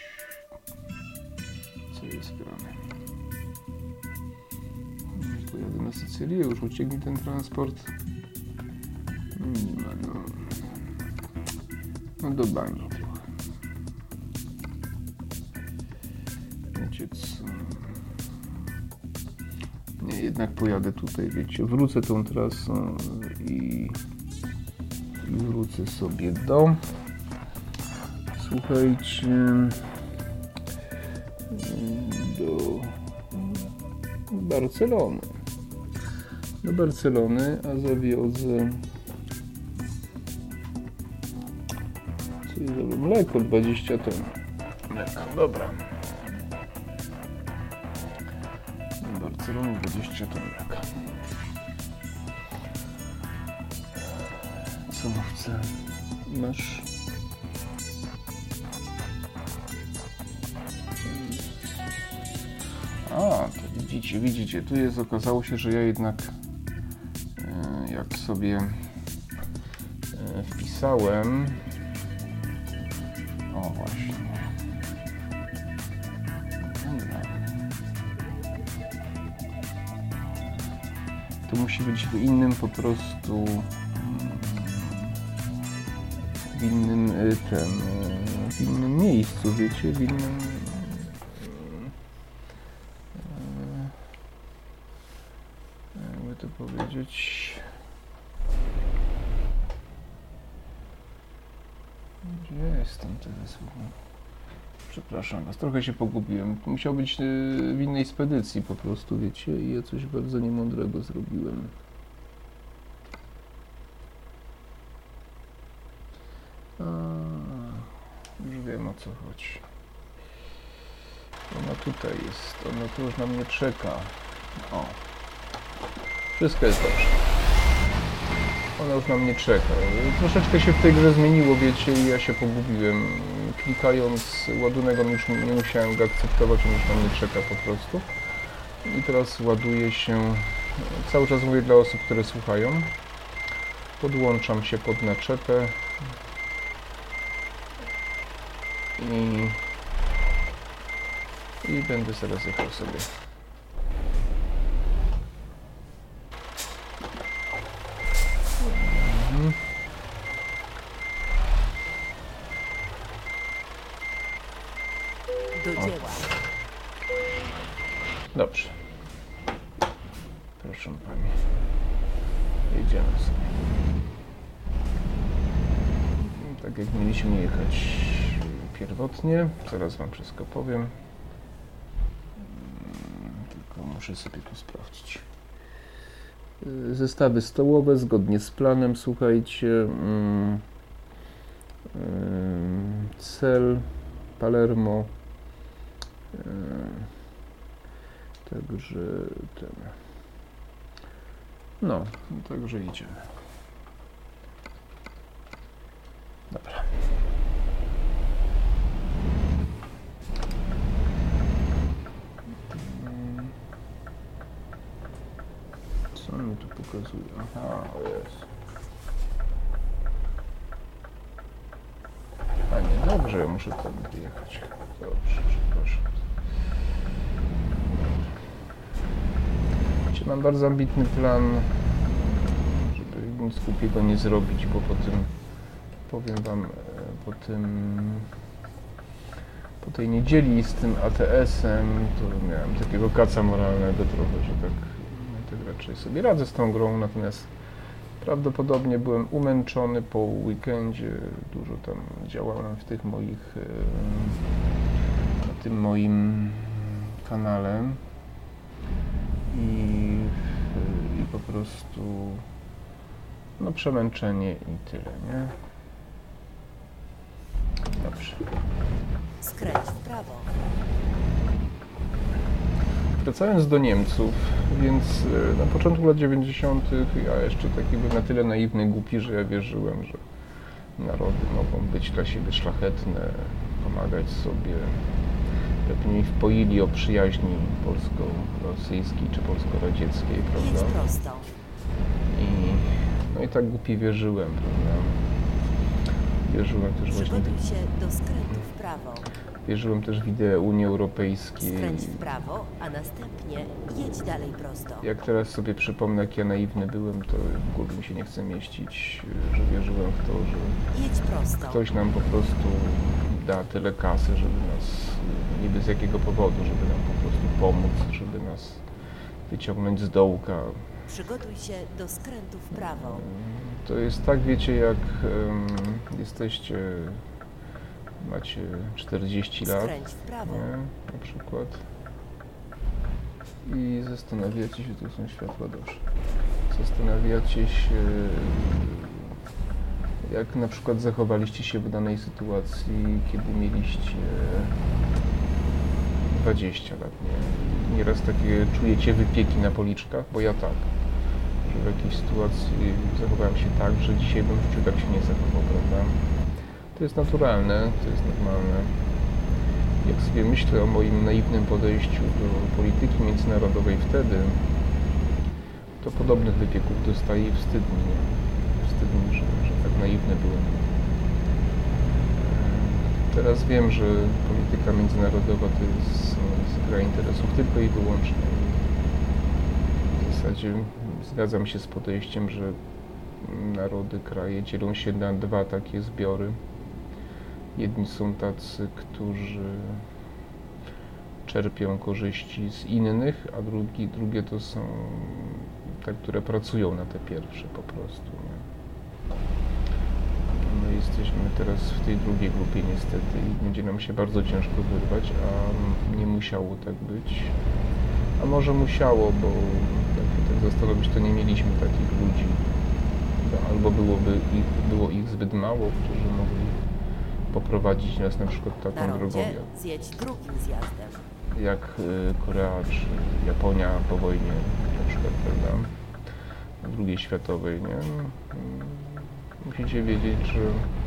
Co jest grane? Pojadę na Sycylię, już ucieknie ten transport. Nie ma, no do bani trochę. Wiecie co? Nie, jednak pojadę tutaj, wiecie, wrócę tą trasą i wrócę sobie słuchajcie, do Barcelony. Do Barcelony, a zawiozę mleko 20 ton. Dobra. Barcelony 20 ton mleka. Co chcę? Masz? A, to widzicie, tu jest, okazało się, że ja jednak jak sobie wpisałem, o właśnie, to musi być w innym po prostu, w innym miejscu, wiecie, w innym, jakby to powiedzieć, gdzie jestem teraz? Przepraszam was, trochę się pogubiłem. Musiał być w innej spedycji po prostu, wiecie, i ja coś bardzo niemądrego zrobiłem. Już wiem, o co chodzi. Ona tutaj jest, ona tu już na mnie czeka. O, wszystko jest dobrze. Ona już na mnie czeka. Troszeczkę się w tej grze zmieniło, wiecie, i ja się pogubiłem. Klikając ładunek, on już nie musiałem go akceptować, on już na mnie czeka po prostu. I teraz ładuje się, cały czas mówię dla osób, które słuchają. Podłączam się pod naczepę. I będę zaraz jechał sobie. Do dzieła. Dobrze. Proszę pani. Jedziemy sobie. Tak jak mieliśmy jechać pierwotnie. Zaraz wam wszystko powiem. muszę sobie tu sprawdzić. Zestawy stołowe zgodnie z planem, słuchajcie. Cel, Palermo. Także ten. No, także idziemy. Dobra. Co mi tu pokazuje? Aha, jest. A nie, dobrze, ja muszę tam jechać. Dobrze, przepraszam. Mam bardzo ambitny plan, żeby nic głupiego nie zrobić, bo po tym, powiem wam, po tej niedzieli z tym ATS-em, to miałem takiego kaca moralnego trochę, że tak raczej sobie radzę z tą grą, natomiast prawdopodobnie byłem umęczony po weekendzie, dużo tam działałem w tych moich, na tym moim kanale. I po prostu no przemęczenie i tyle, nie? Dobrze. Skręć w prawo. Wracając do Niemców, więc na początku lat 90. ja jeszcze taki byłem na tyle naiwny, głupi, że ja wierzyłem, że narody mogą być dla siebie szlachetne, pomagać sobie. Pewnie mi wpoili o przyjaźni polsko-rosyjskiej czy polsko-radzieckiej, Jedź prawda? prosto. No i tak głupi wierzyłem, prawda? Wierzyłem też właśnie, Przygotuj się do skrętu w prawo. wierzyłem też w ideę Unii Europejskiej. Skręć w prawo, a następnie jedź dalej prosto. Jak teraz sobie przypomnę, jak ja naiwny byłem, to w głowie mi się nie chce mieścić, że wierzyłem w to, że Jedź prosto. ktoś nam po prostu da tyle kasy, żeby nas, niby z jakiego powodu, żeby nam po prostu pomóc, żeby nas wyciągnąć z dołka. Przygotuj się do skrętu w prawo. To jest tak, wiecie, jak jesteście, macie 40 lat, Skręć w prawo. nie? Na przykład, i zastanawiacie się, tu są światła, dobrze, zastanawiacie się, jak na przykład zachowaliście się w danej sytuacji, kiedy mieliście 20 lat, nie? Nieraz takie czujecie wypieki na policzkach, bo ja tak, że w jakiejś sytuacji zachowałem się tak, że dzisiaj bym w życiu tak się nie zachował, prawda? To jest naturalne, to jest normalne. Jak sobie myślę o moim naiwnym podejściu do polityki międzynarodowej wtedy, to podobnych wypieków dostaję i wstyd mi, że tak naiwny byłem. Teraz wiem, że polityka międzynarodowa to jest gra interesów tylko i wyłącznie. W zasadzie zgadzam się z podejściem, że narody, kraje dzielą się na dwa takie zbiory. Jedni są tacy, którzy czerpią korzyści z innych, a drugie to są te, które pracują na te pierwsze po prostu. Nie? My jesteśmy teraz w tej drugiej grupie niestety i będzie nam się bardzo ciężko wyrwać, a nie musiało tak być. A może musiało, bo jak tak zastanowić, to nie mieliśmy takich ludzi. Albo było ich zbyt mało, którzy mogli poprowadzić nas na przykład taką Na drogą rondzie zjedź drugim zjazdem. jak Korea czy Japonia po wojnie na przykład, prawda, II światowej, nie? Musicie wiedzieć, że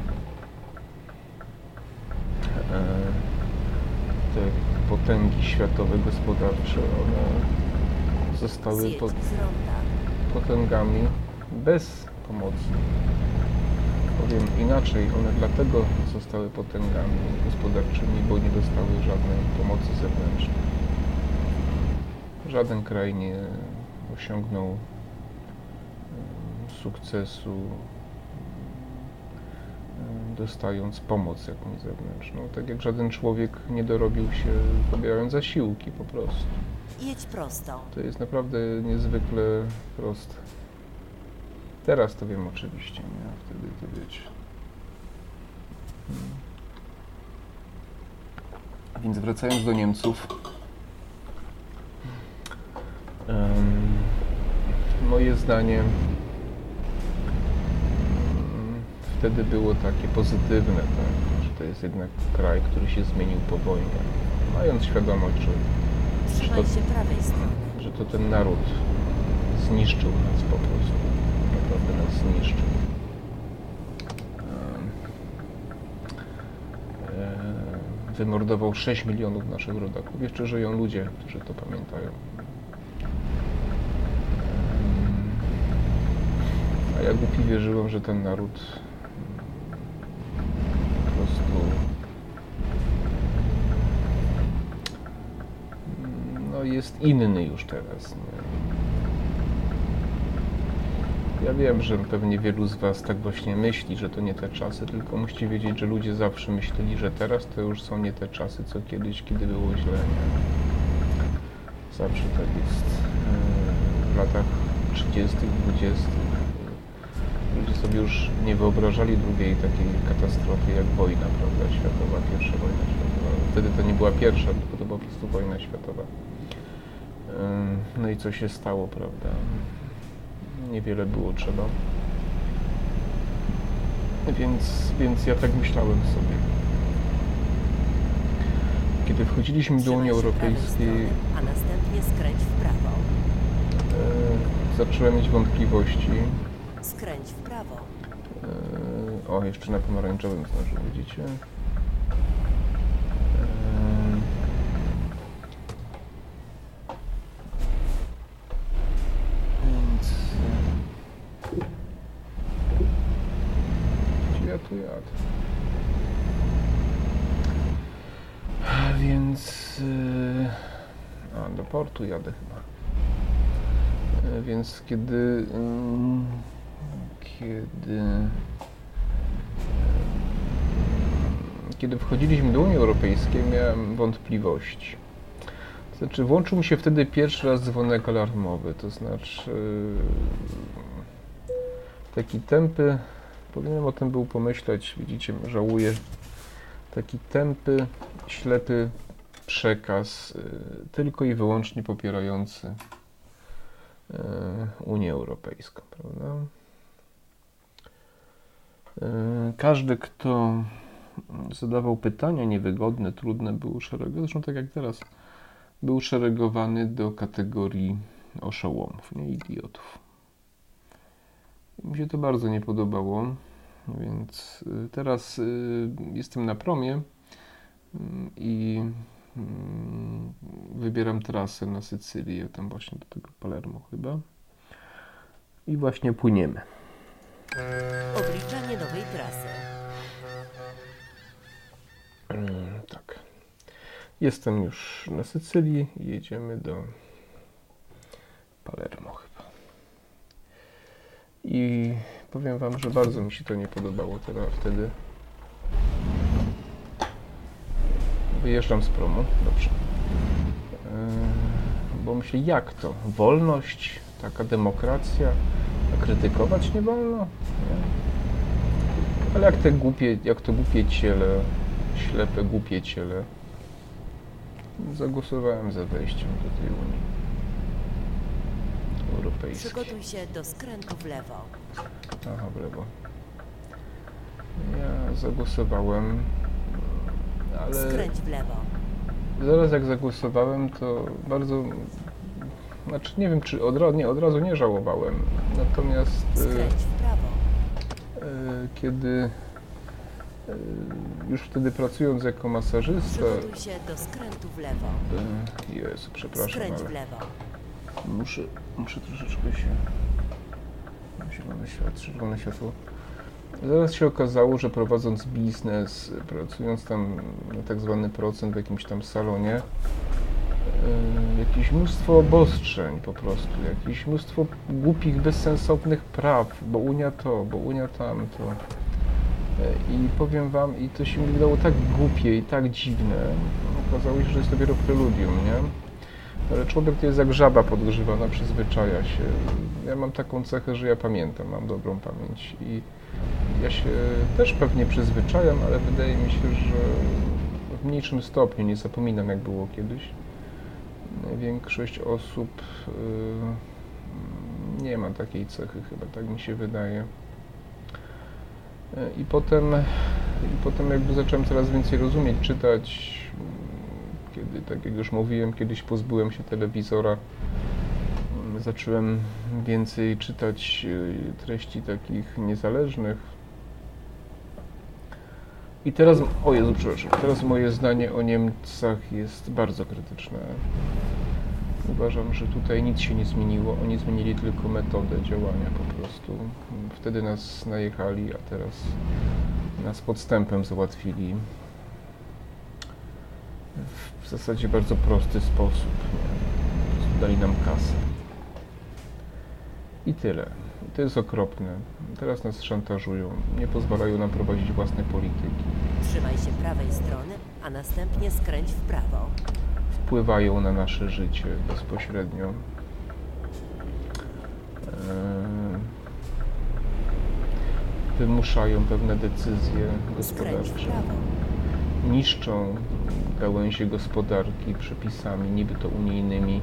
te potęgi światowe, gospodarcze, one zostały Zjedź z ronda. potęgami bez pomocy. Powiem inaczej, one dlatego zostały potęgami gospodarczymi, bo nie dostały żadnej pomocy zewnętrznej. Żaden kraj nie osiągnął sukcesu, dostając pomoc jakąś zewnętrzną. Tak jak żaden człowiek nie dorobił się, pobierając zasiłki po prostu. Jedź prosto. To jest naprawdę niezwykle proste. Teraz to wiem oczywiście, nie? A wtedy to wiecie. Więc wracając do Niemców. Moje zdanie wtedy było takie pozytywne, tak? Że to jest jednak kraj, który się zmienił po wojnie. Mając świadomość, Trzymaj się prawej strony. że to ten naród zniszczył nas po prostu. Naprawdę nas zniszczył. Wymordował 6 milionów naszych rodaków. Jeszcze żyją ludzie, którzy to pamiętają. A ja głupi wierzyłem, że ten naród po prostu jest inny już teraz. Nie? Ja wiem, że pewnie wielu z Was tak właśnie myśli, że to nie te czasy, tylko musicie wiedzieć, że ludzie zawsze myśleli, że teraz to już są nie te czasy, co kiedyś, kiedy było źle. Nie? Zawsze tak jest. W latach 30., 20. Ludzie sobie już nie wyobrażali drugiej takiej katastrofy jak wojna, prawda, światowa, pierwsza wojna światowa. Wtedy to nie była pierwsza, tylko to była po prostu wojna światowa. No i co się stało, prawda? Niewiele było trzeba. Więc ja tak myślałem sobie. Kiedy wchodziliśmy do Unii Europejskiej, a następnie skręć w prawo. zacząłem mieć wątpliwości. Skręć w prawo. O, jeszcze na pomarańczowym zdążyłem, widzicie? Gdzie ja tu jadę? Więc... do portu jadę chyba. Więc kiedy wchodziliśmy do Unii Europejskiej, miałem wątpliwości. To znaczy, włączył mi się wtedy pierwszy raz dzwonek alarmowy, to znaczy taki tępy, powinienem o tym był pomyśleć, widzicie, żałuję, taki tępy, ślepy przekaz, tylko i wyłącznie popierający Unię Europejską, prawda? Każdy, kto zadawał pytania niewygodne, trudne, był szeregowany, zresztą tak jak teraz, był szeregowany do kategorii oszołomów, nie idiotów. Mi się to bardzo nie podobało, więc teraz jestem na promie i wybieram trasę na Sycylię, tam właśnie do tego Palermo chyba. I właśnie płyniemy. Obliczanie nowej trasy. Tak. Jestem już na Sycylii i jedziemy do Palermo chyba. I powiem Wam, że bardzo mi się to nie podobało wtedy. Wyjeżdżam z promu, dobrze. Bo myślę, jak to? Wolność, taka demokracja, a krytykować nie wolno? Nie? Ale jak to głupie ciele, ślepe głupie ciele, zagłosowałem za wejściem do tej Unii Europejskiej. Przygotuj się do skrętu w lewo. Aha, w lewo. Ja zagłosowałem, ale Skręć w lewo. zaraz jak zagłosowałem, to bardzo, znaczy nie wiem, czy od razu nie żałowałem, natomiast Skręć w prawo. kiedy już wtedy pracując jako masażysta, Przygotuj się do skrętu w lewo. Jezu, przepraszam, Skręć w ale lewo. muszę troszeczkę się, czerwone światło. Zaraz się okazało, że prowadząc biznes, pracując tam na tak zwany procent w jakimś tam salonie, jakieś mnóstwo obostrzeń po prostu, jakieś mnóstwo głupich, bezsensownych praw, bo Unia to, bo Unia tamto. I powiem Wam, i to się mi wydało tak głupie i tak dziwne, okazało się, że jest dopiero preludium, nie? Ale człowiek to jest jak żaba podgrzewana, przyzwyczaja się. Ja mam taką cechę, że ja pamiętam, mam dobrą pamięć i ja się też pewnie przyzwyczajam, ale wydaje mi się, że w mniejszym stopniu nie zapominam, jak było kiedyś. Większość osób nie ma takiej cechy chyba, tak mi się wydaje. I potem jakby zacząłem coraz więcej rozumieć, czytać, kiedy, tak jak już mówiłem, kiedyś pozbyłem się telewizora, zacząłem więcej czytać treści takich niezależnych. I teraz, o Jezu, przepraszam, teraz moje zdanie o Niemcach jest bardzo krytyczne. Uważam, że tutaj nic się nie zmieniło, oni zmienili tylko metodę działania po prostu. Wtedy nas najechali, a teraz nas podstępem załatwili w zasadzie bardzo prosty sposób. Po prostu dali nam kasę. I tyle. I to jest okropne. Teraz nas szantażują, nie pozwalają nam prowadzić własnej polityki. Trzymaj się prawej strony, a następnie skręć w prawo. Wpływają na nasze życie bezpośrednio. Wymuszają pewne decyzje Skręć w gospodarcze. prawo. Niszczą gałęzie gospodarki przepisami niby to unijnymi,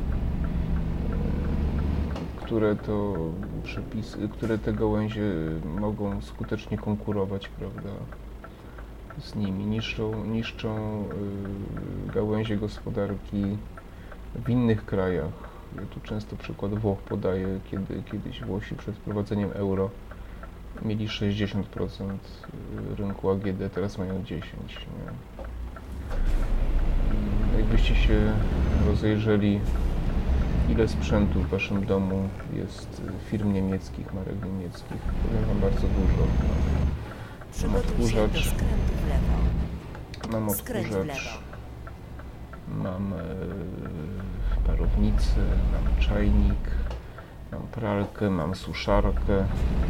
które te gałęzie mogą skutecznie konkurować, prawda, z nimi. Niszczą gałęzie gospodarki w innych krajach. Ja tu często przykład Włoch podaję, kiedy kiedyś Włosi przed wprowadzeniem euro mieli 60% rynku AGD, teraz mają 10%. Nie? Jakbyście się rozejrzeli, ile sprzętu w waszym domu jest firm niemieckich, marek niemieckich, powiem wam bardzo dużo. Mam Przygotuj się do odkurzacz, skrętu w lewo. mam Skręć w odkurzacz, lewo. mam parownicę, mam czajnik, mam pralkę, mam suszarkę.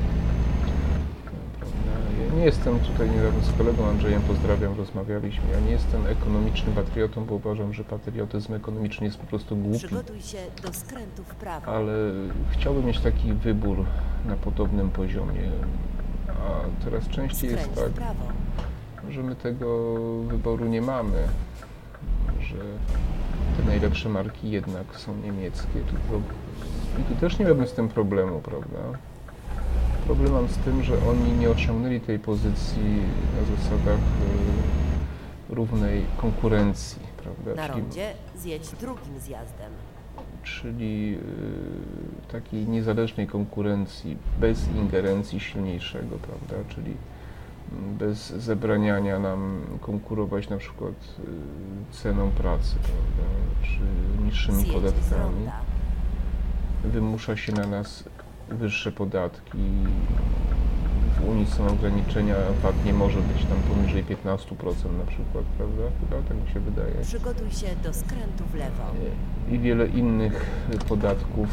Ja nie jestem tutaj, niedawno z kolegą Andrzejem, pozdrawiam, rozmawialiśmy, ja nie jestem ekonomicznym patriotą, bo uważam, że patriotyzm ekonomiczny jest po prostu głupi. Przygotuj się do skrętu w prawo. Ale chciałbym mieć taki wybór na podobnym poziomie, a coraz częściej jest Skręć w tak, prawo. że my tego wyboru nie mamy, że te najlepsze marki jednak są niemieckie. I tu też nie mamy z tym problemu, prawda? Problem mam z tym, że oni nie osiągnęli tej pozycji na zasadach równej konkurencji, prawda? Na rondzie zjedź drugim zjazdem. Czyli takiej niezależnej konkurencji, bez ingerencji silniejszego, prawda? Czyli bez zabraniania nam konkurować na przykład ceną pracy, prawda? Czy niższymi Zjedź z podatkami. ronda. Wymusza się na nas wyższe podatki. W Unii są ograniczenia, VAT nie może być tam poniżej 15% na przykład, prawda? Chyba tak mi się wydaje. Przygotuj się do skrętu w lewo. I wiele innych podatków,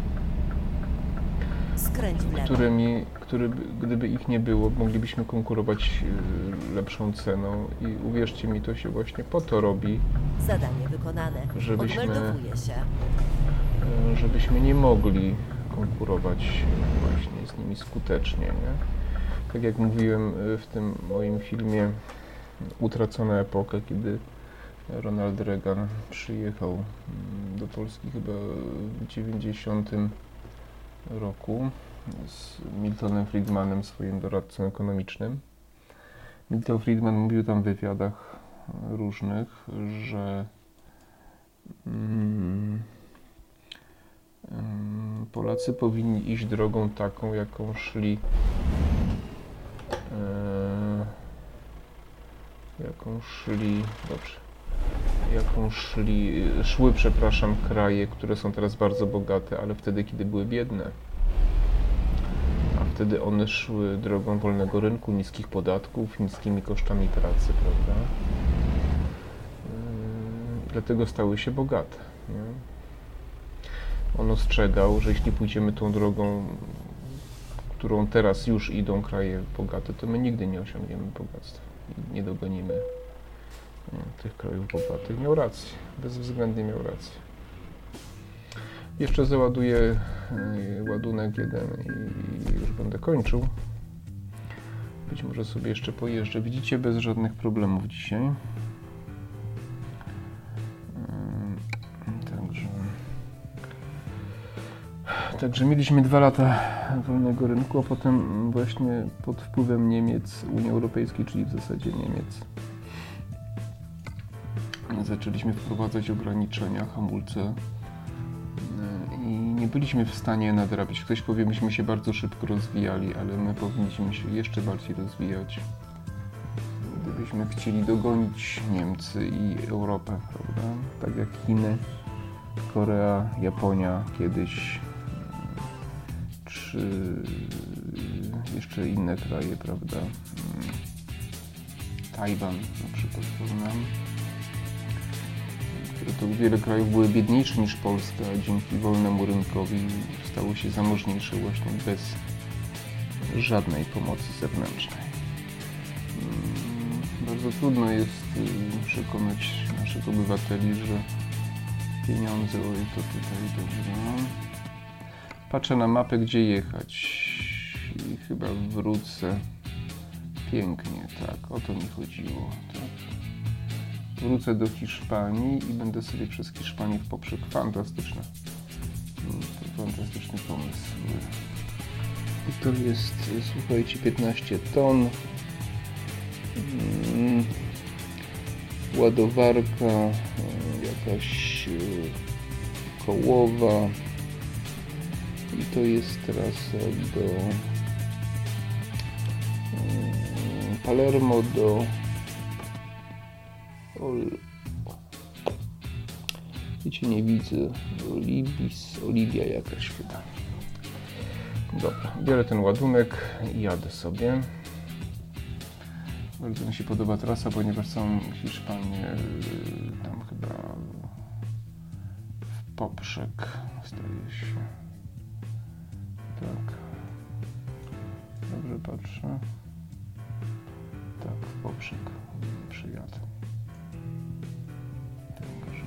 Skręć w lewo. gdyby ich nie było, moglibyśmy konkurować lepszą ceną i uwierzcie mi, to się właśnie po to robi, Zadanie wykonane. Żebyśmy- Odmeldowuję się. żebyśmy nie mogli konkurować właśnie z nimi skutecznie, nie? Tak jak mówiłem w tym moim filmie Utracona epoka, kiedy Ronald Reagan przyjechał do Polski chyba w 90 roku z Miltonem Friedmanem, swoim doradcą ekonomicznym. Milton Friedman mówił tam w wywiadach różnych, że Polacy powinni iść drogą taką, jaką szli szły, przepraszam, kraje, które są teraz bardzo bogate, ale wtedy, kiedy były biedne. A wtedy one szły drogą wolnego rynku, niskich podatków, niskimi kosztami pracy, prawda? Dlatego stały się bogate. Nie? On ostrzegał, że jeśli pójdziemy tą drogą, którą teraz już idą kraje bogate, to my nigdy nie osiągniemy bogactwa i nie dogonimy tych krajów bogatych. Miał rację, bezwzględnie miał rację. Jeszcze załaduję ładunek jeden i już będę kończył. Być może sobie jeszcze pojeżdżę. Widzicie, bez żadnych problemów dzisiaj. Także Także mieliśmy 2 lata wolnego rynku, a potem właśnie pod wpływem Niemiec, Unii Europejskiej, czyli w zasadzie Niemiec, zaczęliśmy wprowadzać ograniczenia, hamulce i nie byliśmy w stanie nadrabiać. Ktoś powie, myśmy się bardzo szybko rozwijali, ale my powinniśmy się jeszcze bardziej rozwijać. Gdybyśmy chcieli dogonić Niemcy i Europę, prawda? Tak jak Chiny, Korea, Japonia kiedyś, czy jeszcze inne kraje, prawda? Tajwan na przykład, prawda? To wiele krajów były biedniejsze niż Polska, a dzięki wolnemu rynkowi stało się zamożniejsze właśnie bez żadnej pomocy zewnętrznej. Bardzo trudno jest przekonać naszych obywateli, że pieniądze, oj to tutaj dobrze. Patrzę na mapę, gdzie jechać i chyba wrócę. Pięknie, tak, o to mi chodziło. Tak. Wrócę do Hiszpanii i będę sobie przez Hiszpanię w poprzek. Fantastyczne. To fantastyczny pomysł. I to jest, słuchajcie, 15 ton. Ładowarka jakaś kołowa. I to jest trasa do Palermo, do wiecie, nie widzę. Oliwia jakaś chyba. Dobra, biorę ten ładunek i jadę sobie. Bardzo mi się podoba trasa, ponieważ całą Hiszpanię tam chyba w poprzek staje się. Tak. Dobrze patrzę. Tak, w poprzek przyjadę. Także.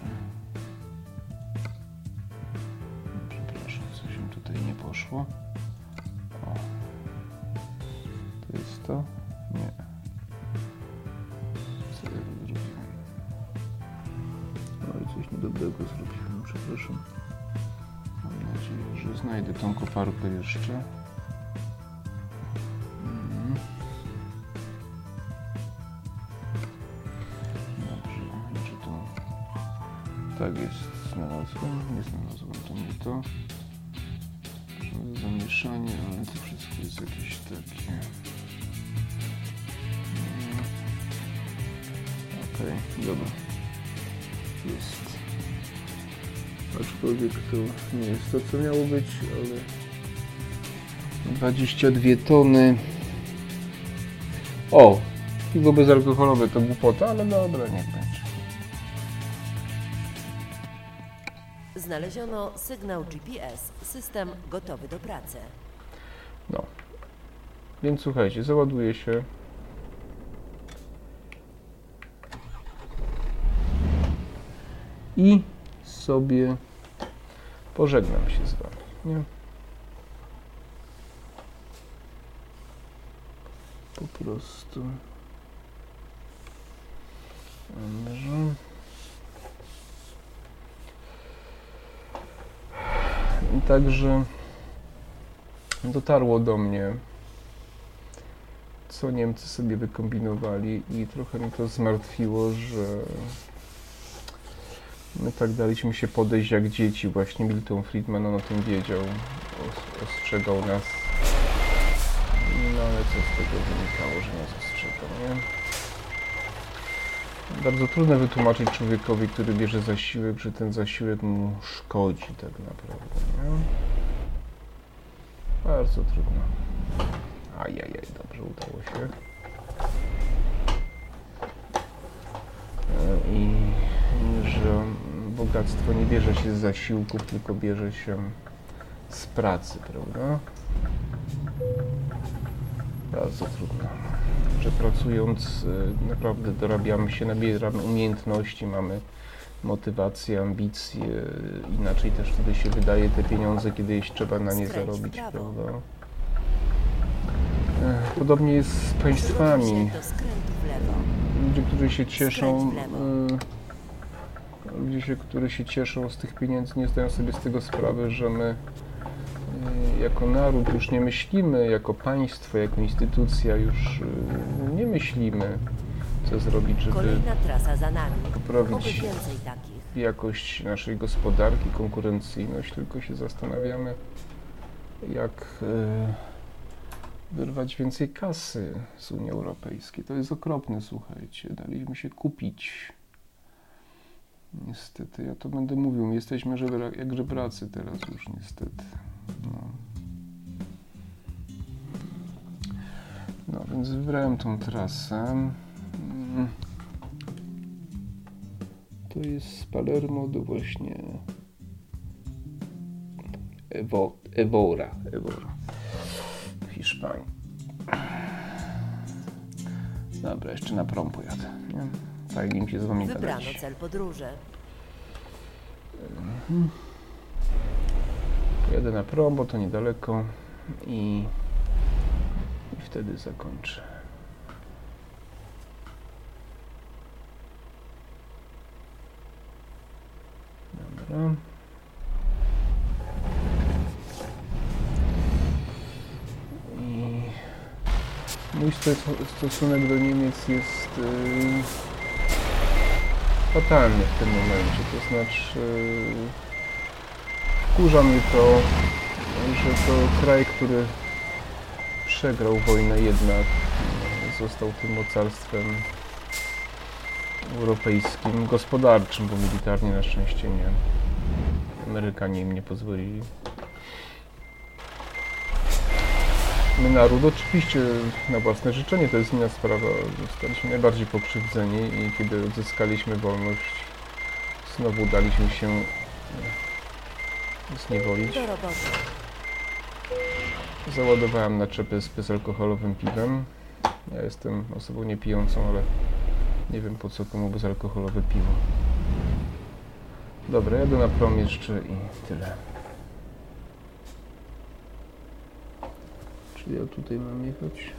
Przepraszam, coś mi tutaj nie poszło. O. To jest to? Nie. Co ja zrobiłem? Ale coś niedobrego zrobiłem, przepraszam. Mam nadzieję, że znajdę tą koparkę jeszcze. Tak jest, znalazłem, nie znalazłem, to nie to. Zamieszanie, ale to wszystko jest jakieś takie. Okej, dobra. Jest. Aczkolwiek to nie jest to, co miało być, ale 22 tony. O! Piwo bezalkoholowe to głupota, ale dobra, niech będzie. Znaleziono sygnał GPS, system gotowy do pracy. No, więc słuchajcie, załaduje się. I sobie pożegnam się z wami, nie? Po prostu. Dobrze. Także dotarło do mnie, co Niemcy sobie wykombinowali i trochę mnie to zmartwiło, że my tak daliśmy się podejść jak dzieci. Właśnie Milton Friedman, on o tym wiedział, ostrzegał nas. No ale co z tego wynikało, że nas ostrzegał, nie? Bardzo trudno wytłumaczyć człowiekowi, który bierze zasiłek, że ten zasiłek mu szkodzi tak naprawdę, nie? Bardzo trudno. Ajajaj, dobrze, udało się. I że bogactwo nie bierze się z zasiłków, tylko bierze się z pracy, prawda? Bardzo trudno. Że pracując naprawdę dorabiamy się, nabieramy umiejętności, mamy motywację, ambicje, inaczej też wtedy się wydaje te pieniądze, kiedy trzeba na nie zarobić, prawda? Podobnie jest z państwami. Ludzie, którzy się cieszą, którzy się cieszą z tych pieniędzy, nie zdają sobie z tego sprawy, że my jako naród już nie myślimy, jako państwo, jako instytucja już nie myślimy, co zrobić, żeby Kolejna trasa za nami. Oby poprawić więcej takich. jakość naszej gospodarki, konkurencyjność, tylko się zastanawiamy, jak wyrwać więcej kasy z Unii Europejskiej. To jest okropne, słuchajcie. Daliśmy się kupić. Niestety, ja to będę mówił. Jesteśmy jak żebracy teraz już, niestety. No więc wybrałem tą trasę. To jest z Palermo do właśnie Evora w Hiszpanii. Dobra, jeszcze na prom pojadę. Nie? Fajnie mi się z wami Wybrano gadać. cel podróży. Pojadę na prom, bo to niedaleko i wtedy zakończę. Dobra. I mój stosunek do Niemiec jest fatalny w tym momencie. To znaczy wkurza mnie to, że to kraj, który przegrał wojnę, jednak został tym mocarstwem europejskim, gospodarczym, bo militarnie na szczęście nie. Amerykanie im nie pozwolili. My naród oczywiście na własne życzenie, to jest inna sprawa. Zostaliśmy najbardziej pokrzywdzeni i kiedy odzyskaliśmy wolność, znowu daliśmy się zniewolić. Do roboty. Załadowałem naczepę z bezalkoholowym piwem. Ja jestem osobą niepijącą, ale nie wiem po co komu bezalkoholowe piwo. Dobra, jadę na prom jeszcze i tyle. Czyli ja tutaj mam jechać?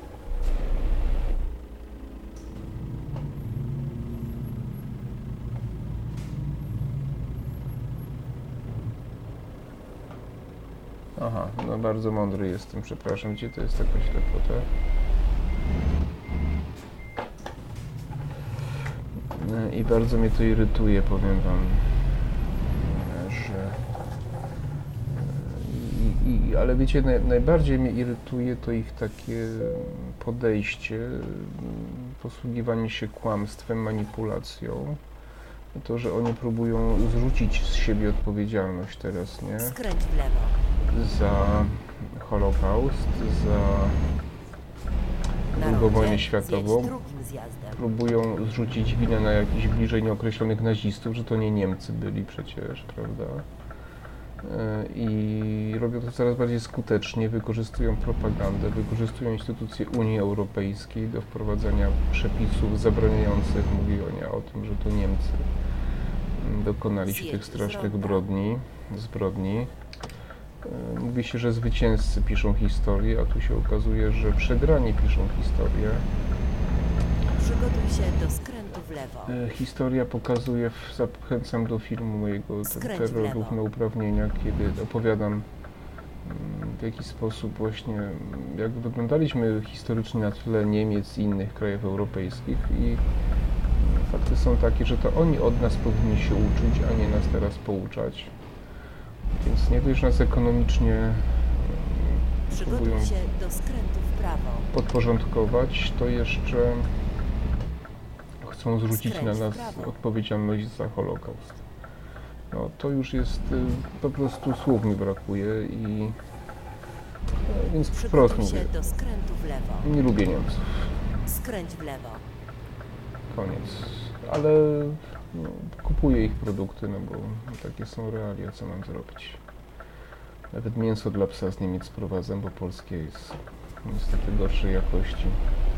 Aha, no bardzo mądry jestem, przepraszam, gdzie to jest taka ślepota? I bardzo mnie to irytuje, powiem wam, że... ale wiecie, najbardziej mnie irytuje to ich takie podejście, posługiwanie się kłamstwem, manipulacją. To, że oni próbują zrzucić z siebie odpowiedzialność teraz, nie? Skręć w lewo. Za Holokaust, za Na II rondzie wojnę zjedź światową. drugim zjazdem. Próbują zrzucić winę na jakichś bliżej nieokreślonych nazistów, że to nie Niemcy byli przecież, prawda? I robią to coraz bardziej skutecznie, wykorzystują propagandę, wykorzystują instytucje Unii Europejskiej do wprowadzania przepisów zabraniających mówienia o tym, że to Niemcy dokonali się tych strasznych zbrodni. Mówi się, że zwycięzcy piszą historię, a tu się okazuje, że przegrani piszą historię. Przygotuj się do skrętu w lewo. Historia pokazuje, zachęcam do filmu mojego Skręć w Terror lewo. Równe Uprawnienia, kiedy opowiadam w jaki sposób właśnie, jak wyglądaliśmy historycznie na tle Niemiec i innych krajów europejskich i fakty są takie, że to oni od nas powinni się uczyć, a nie nas teraz pouczać. Więc nie dość, że nas ekonomicznie Przygotuj próbują się do skrętu w prawo. podporządkować, to jeszcze chcą zrzucić na Skręć w nas prawo. odpowiedzialność za Holokaust. No to już jest, po prostu słów mi brakuje i więc wprost Przygotuj mówię, się do skrętu w lewo. nie lubię Niemców, Skręć w lewo. koniec, ale no, kupuję ich produkty, no bo takie są realia, co mam zrobić. Nawet mięso dla psa z Niemiec sprowadzam, bo polskie jest niestety gorszej jakości.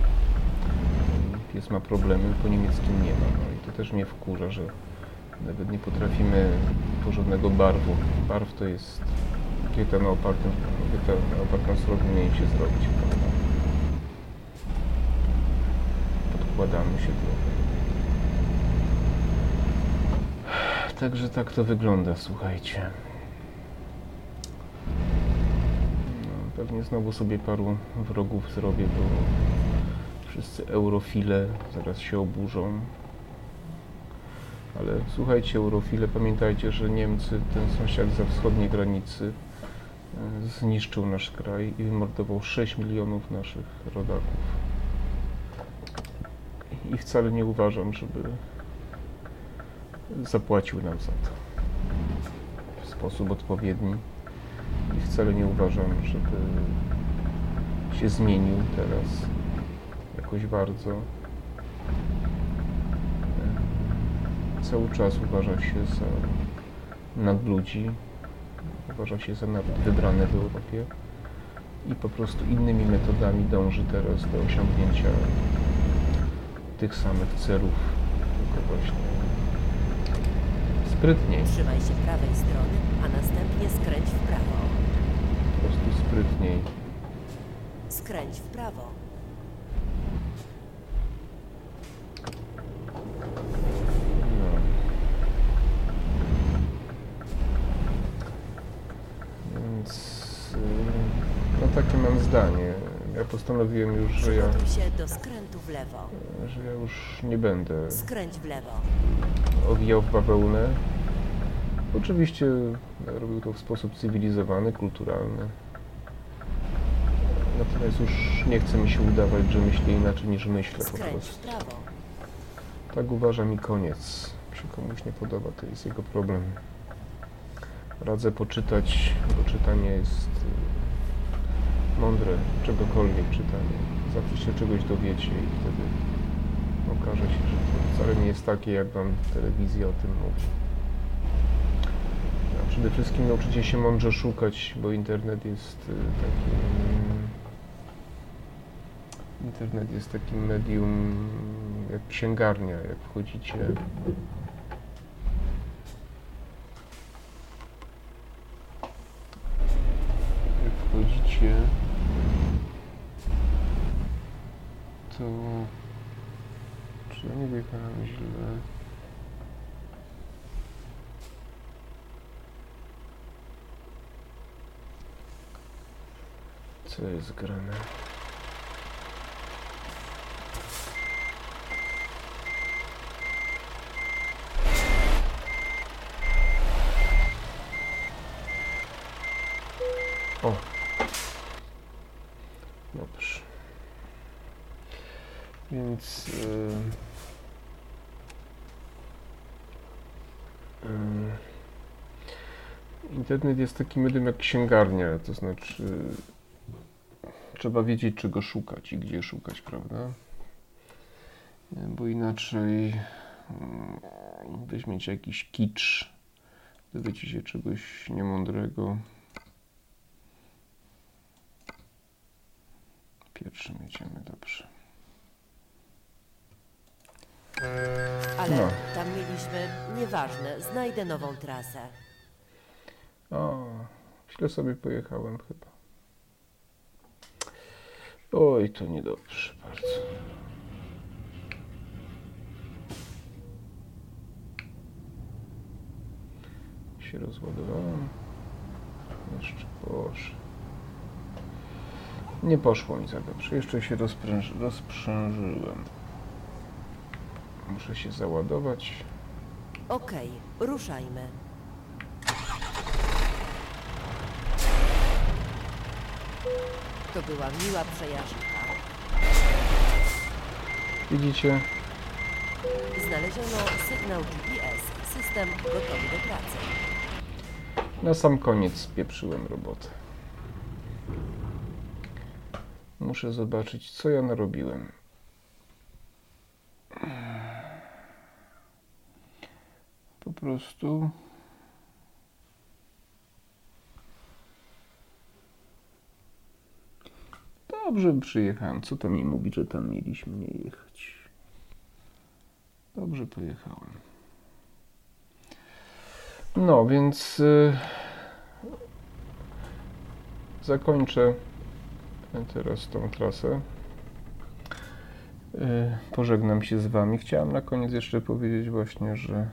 Pies ma problemy, po niemieckim nie ma. No i to też mnie wkurza, że nawet nie potrafimy porządnego barwu. Barw to jest dieta na opartym surowym mięsie zrobić, prawda? Podkładamy się trochę. Także tak to wygląda, słuchajcie. Pewnie znowu sobie paru wrogów zrobię, bo wszyscy eurofile zaraz się oburzą. Ale słuchajcie, eurofile, pamiętajcie, że Niemcy, ten sąsiad za wschodniej granicy, zniszczył nasz kraj i wymordował 6 milionów naszych rodaków. I wcale nie uważam, żeby zapłacił nam za to w sposób odpowiedni. I wcale nie uważam, żeby się zmienił teraz jakoś bardzo. Cały czas uważa się za nadludzi, uważa się za naród wybrany w Europie i po prostu innymi metodami dąży teraz do osiągnięcia tych samych celów, tylko właśnie sprytniej. Trzymaj się prawej strony, a następnie skręć w prawo. Po prostu sprytniej. Skręć w prawo. No. Więc no takie mam zdanie. Ja postanowiłem już, że Przygotuj się do skrętu w lewo. ja już nie będę Skręć w lewo. owijał w bawełnę. Oczywiście robił to w sposób cywilizowany, kulturalny. Natomiast już nie chce mi się udawać, że myślę inaczej niż myślę po Skręć w prostu. prawo. Tak uważam i koniec. Się komuś nie podoba, to jest jego problem. Radzę poczytać, bo czytanie jest mądre, czegokolwiek czytanie. Zawsze się czegoś dowiecie i wtedy okaże się, że to wcale nie jest takie, jak wam telewizja o tym mówi. A przede wszystkim nauczycie się mądrze szukać, bo internet jest takim medium jak księgarnia, jak wchodzicie. To czy ja nie wjechałem źle? Co jest grane? O! Dobrze. Więc internet jest takim medium jak księgarnia, to znaczy trzeba wiedzieć, czego szukać i gdzie szukać, prawda? Bo inaczej weźmiecie jakiś kicz, dowiecie się czegoś niemądrego. Pierwszym jedziemy, dobrze. Ale No. tam mieliśmy... Nieważne, znajdę nową trasę. O, źle sobie pojechałem chyba. Oj, to niedobrze bardzo. Się rozładowałem. Jeszcze, Boże. Nie poszło mi za dobrze. Jeszcze się rozprzężyłem. Muszę się załadować. Okej, ruszajmy. To była miła przejażdżka. Widzicie? Znaleziono sygnał GPS. System gotowy do pracy. Na sam koniec spieprzyłem robotę. Muszę zobaczyć, co ja narobiłem. Po prostu dobrze przyjechałem. Co to mi mówi, że tam mieliśmy nie jechać? Dobrze pojechałem. No, więc zakończę teraz tą trasę. Pożegnam się z wami. Chciałem na koniec jeszcze powiedzieć właśnie, że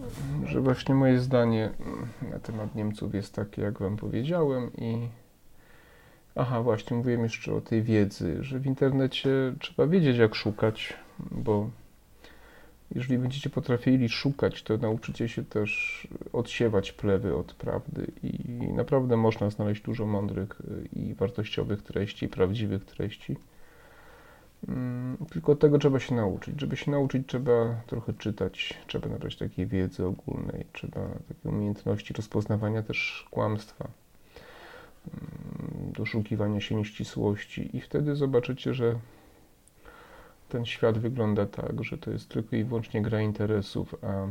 że właśnie moje zdanie na temat Niemców jest takie, jak wam powiedziałem i aha, właśnie mówiłem jeszcze o tej wiedzy, że w internecie trzeba wiedzieć, jak szukać, bo jeżeli będziecie potrafili szukać, to nauczycie się też odsiewać plewy od prawdy i naprawdę można znaleźć dużo mądrych i wartościowych treści, prawdziwych treści. Tylko od tego trzeba się nauczyć. Żeby się nauczyć, trzeba trochę czytać, trzeba nabrać takiej wiedzy ogólnej, trzeba takiej umiejętności rozpoznawania też kłamstwa, doszukiwania się nieścisłości i wtedy zobaczycie, że ten świat wygląda tak, że to jest tylko i wyłącznie gra interesów, a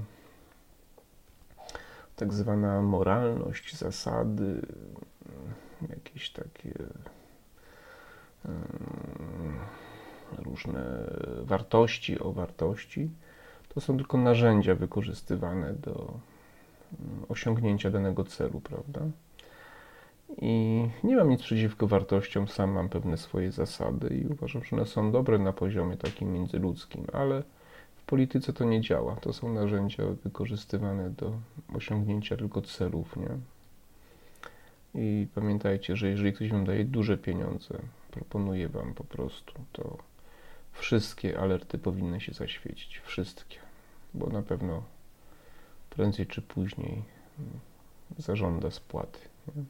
tak zwana moralność, zasady, jakieś takie różne wartości o wartości, to są tylko narzędzia wykorzystywane do osiągnięcia danego celu, prawda? I nie mam nic przeciwko wartościom, sam mam pewne swoje zasady i uważam, że one są dobre na poziomie takim międzyludzkim, ale w polityce to nie działa. To są narzędzia wykorzystywane do osiągnięcia tylko celów, nie? I pamiętajcie, że jeżeli ktoś wam daje duże pieniądze, proponuje wam po prostu, to wszystkie alerty powinny się zaświecić. Wszystkie. Bo na pewno prędzej czy później zażąda spłaty. Nie?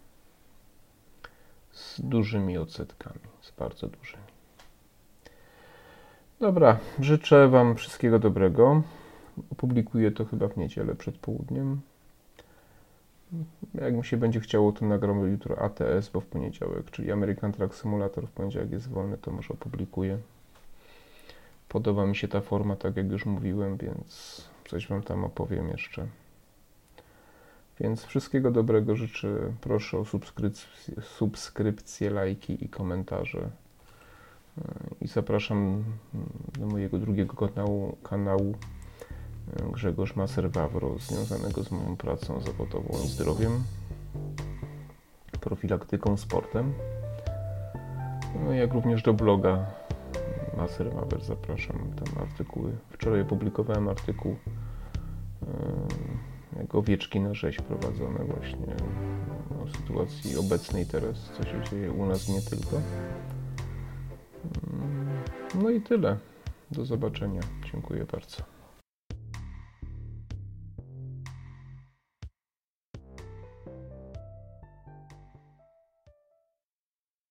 Z dużymi odsetkami, z bardzo dużymi. Dobra, życzę wam wszystkiego dobrego. Opublikuję to chyba w niedzielę przed południem. Jak mi się będzie chciało, to nagram jutro ATS, bo w poniedziałek, czyli American Truck Simulator w poniedziałek jest wolny, to może opublikuję. Podoba mi się ta forma, tak jak już mówiłem, więc coś wam tam opowiem jeszcze. Więc wszystkiego dobrego życzę. Proszę o subskrypcję, lajki i komentarze. I zapraszam do mojego drugiego kanału Grzegorz Maser-Wawro, związanego z moją pracą zawodową i zdrowiem, profilaktyką, sportem. No jak również do bloga Maser-Wawro zapraszam, tam artykuły. Wczoraj opublikowałem artykuł jak owieczki na rzeź prowadzone właśnie o sytuacji obecnej teraz, co się dzieje u nas nie tylko. No i tyle. Do zobaczenia. Dziękuję bardzo.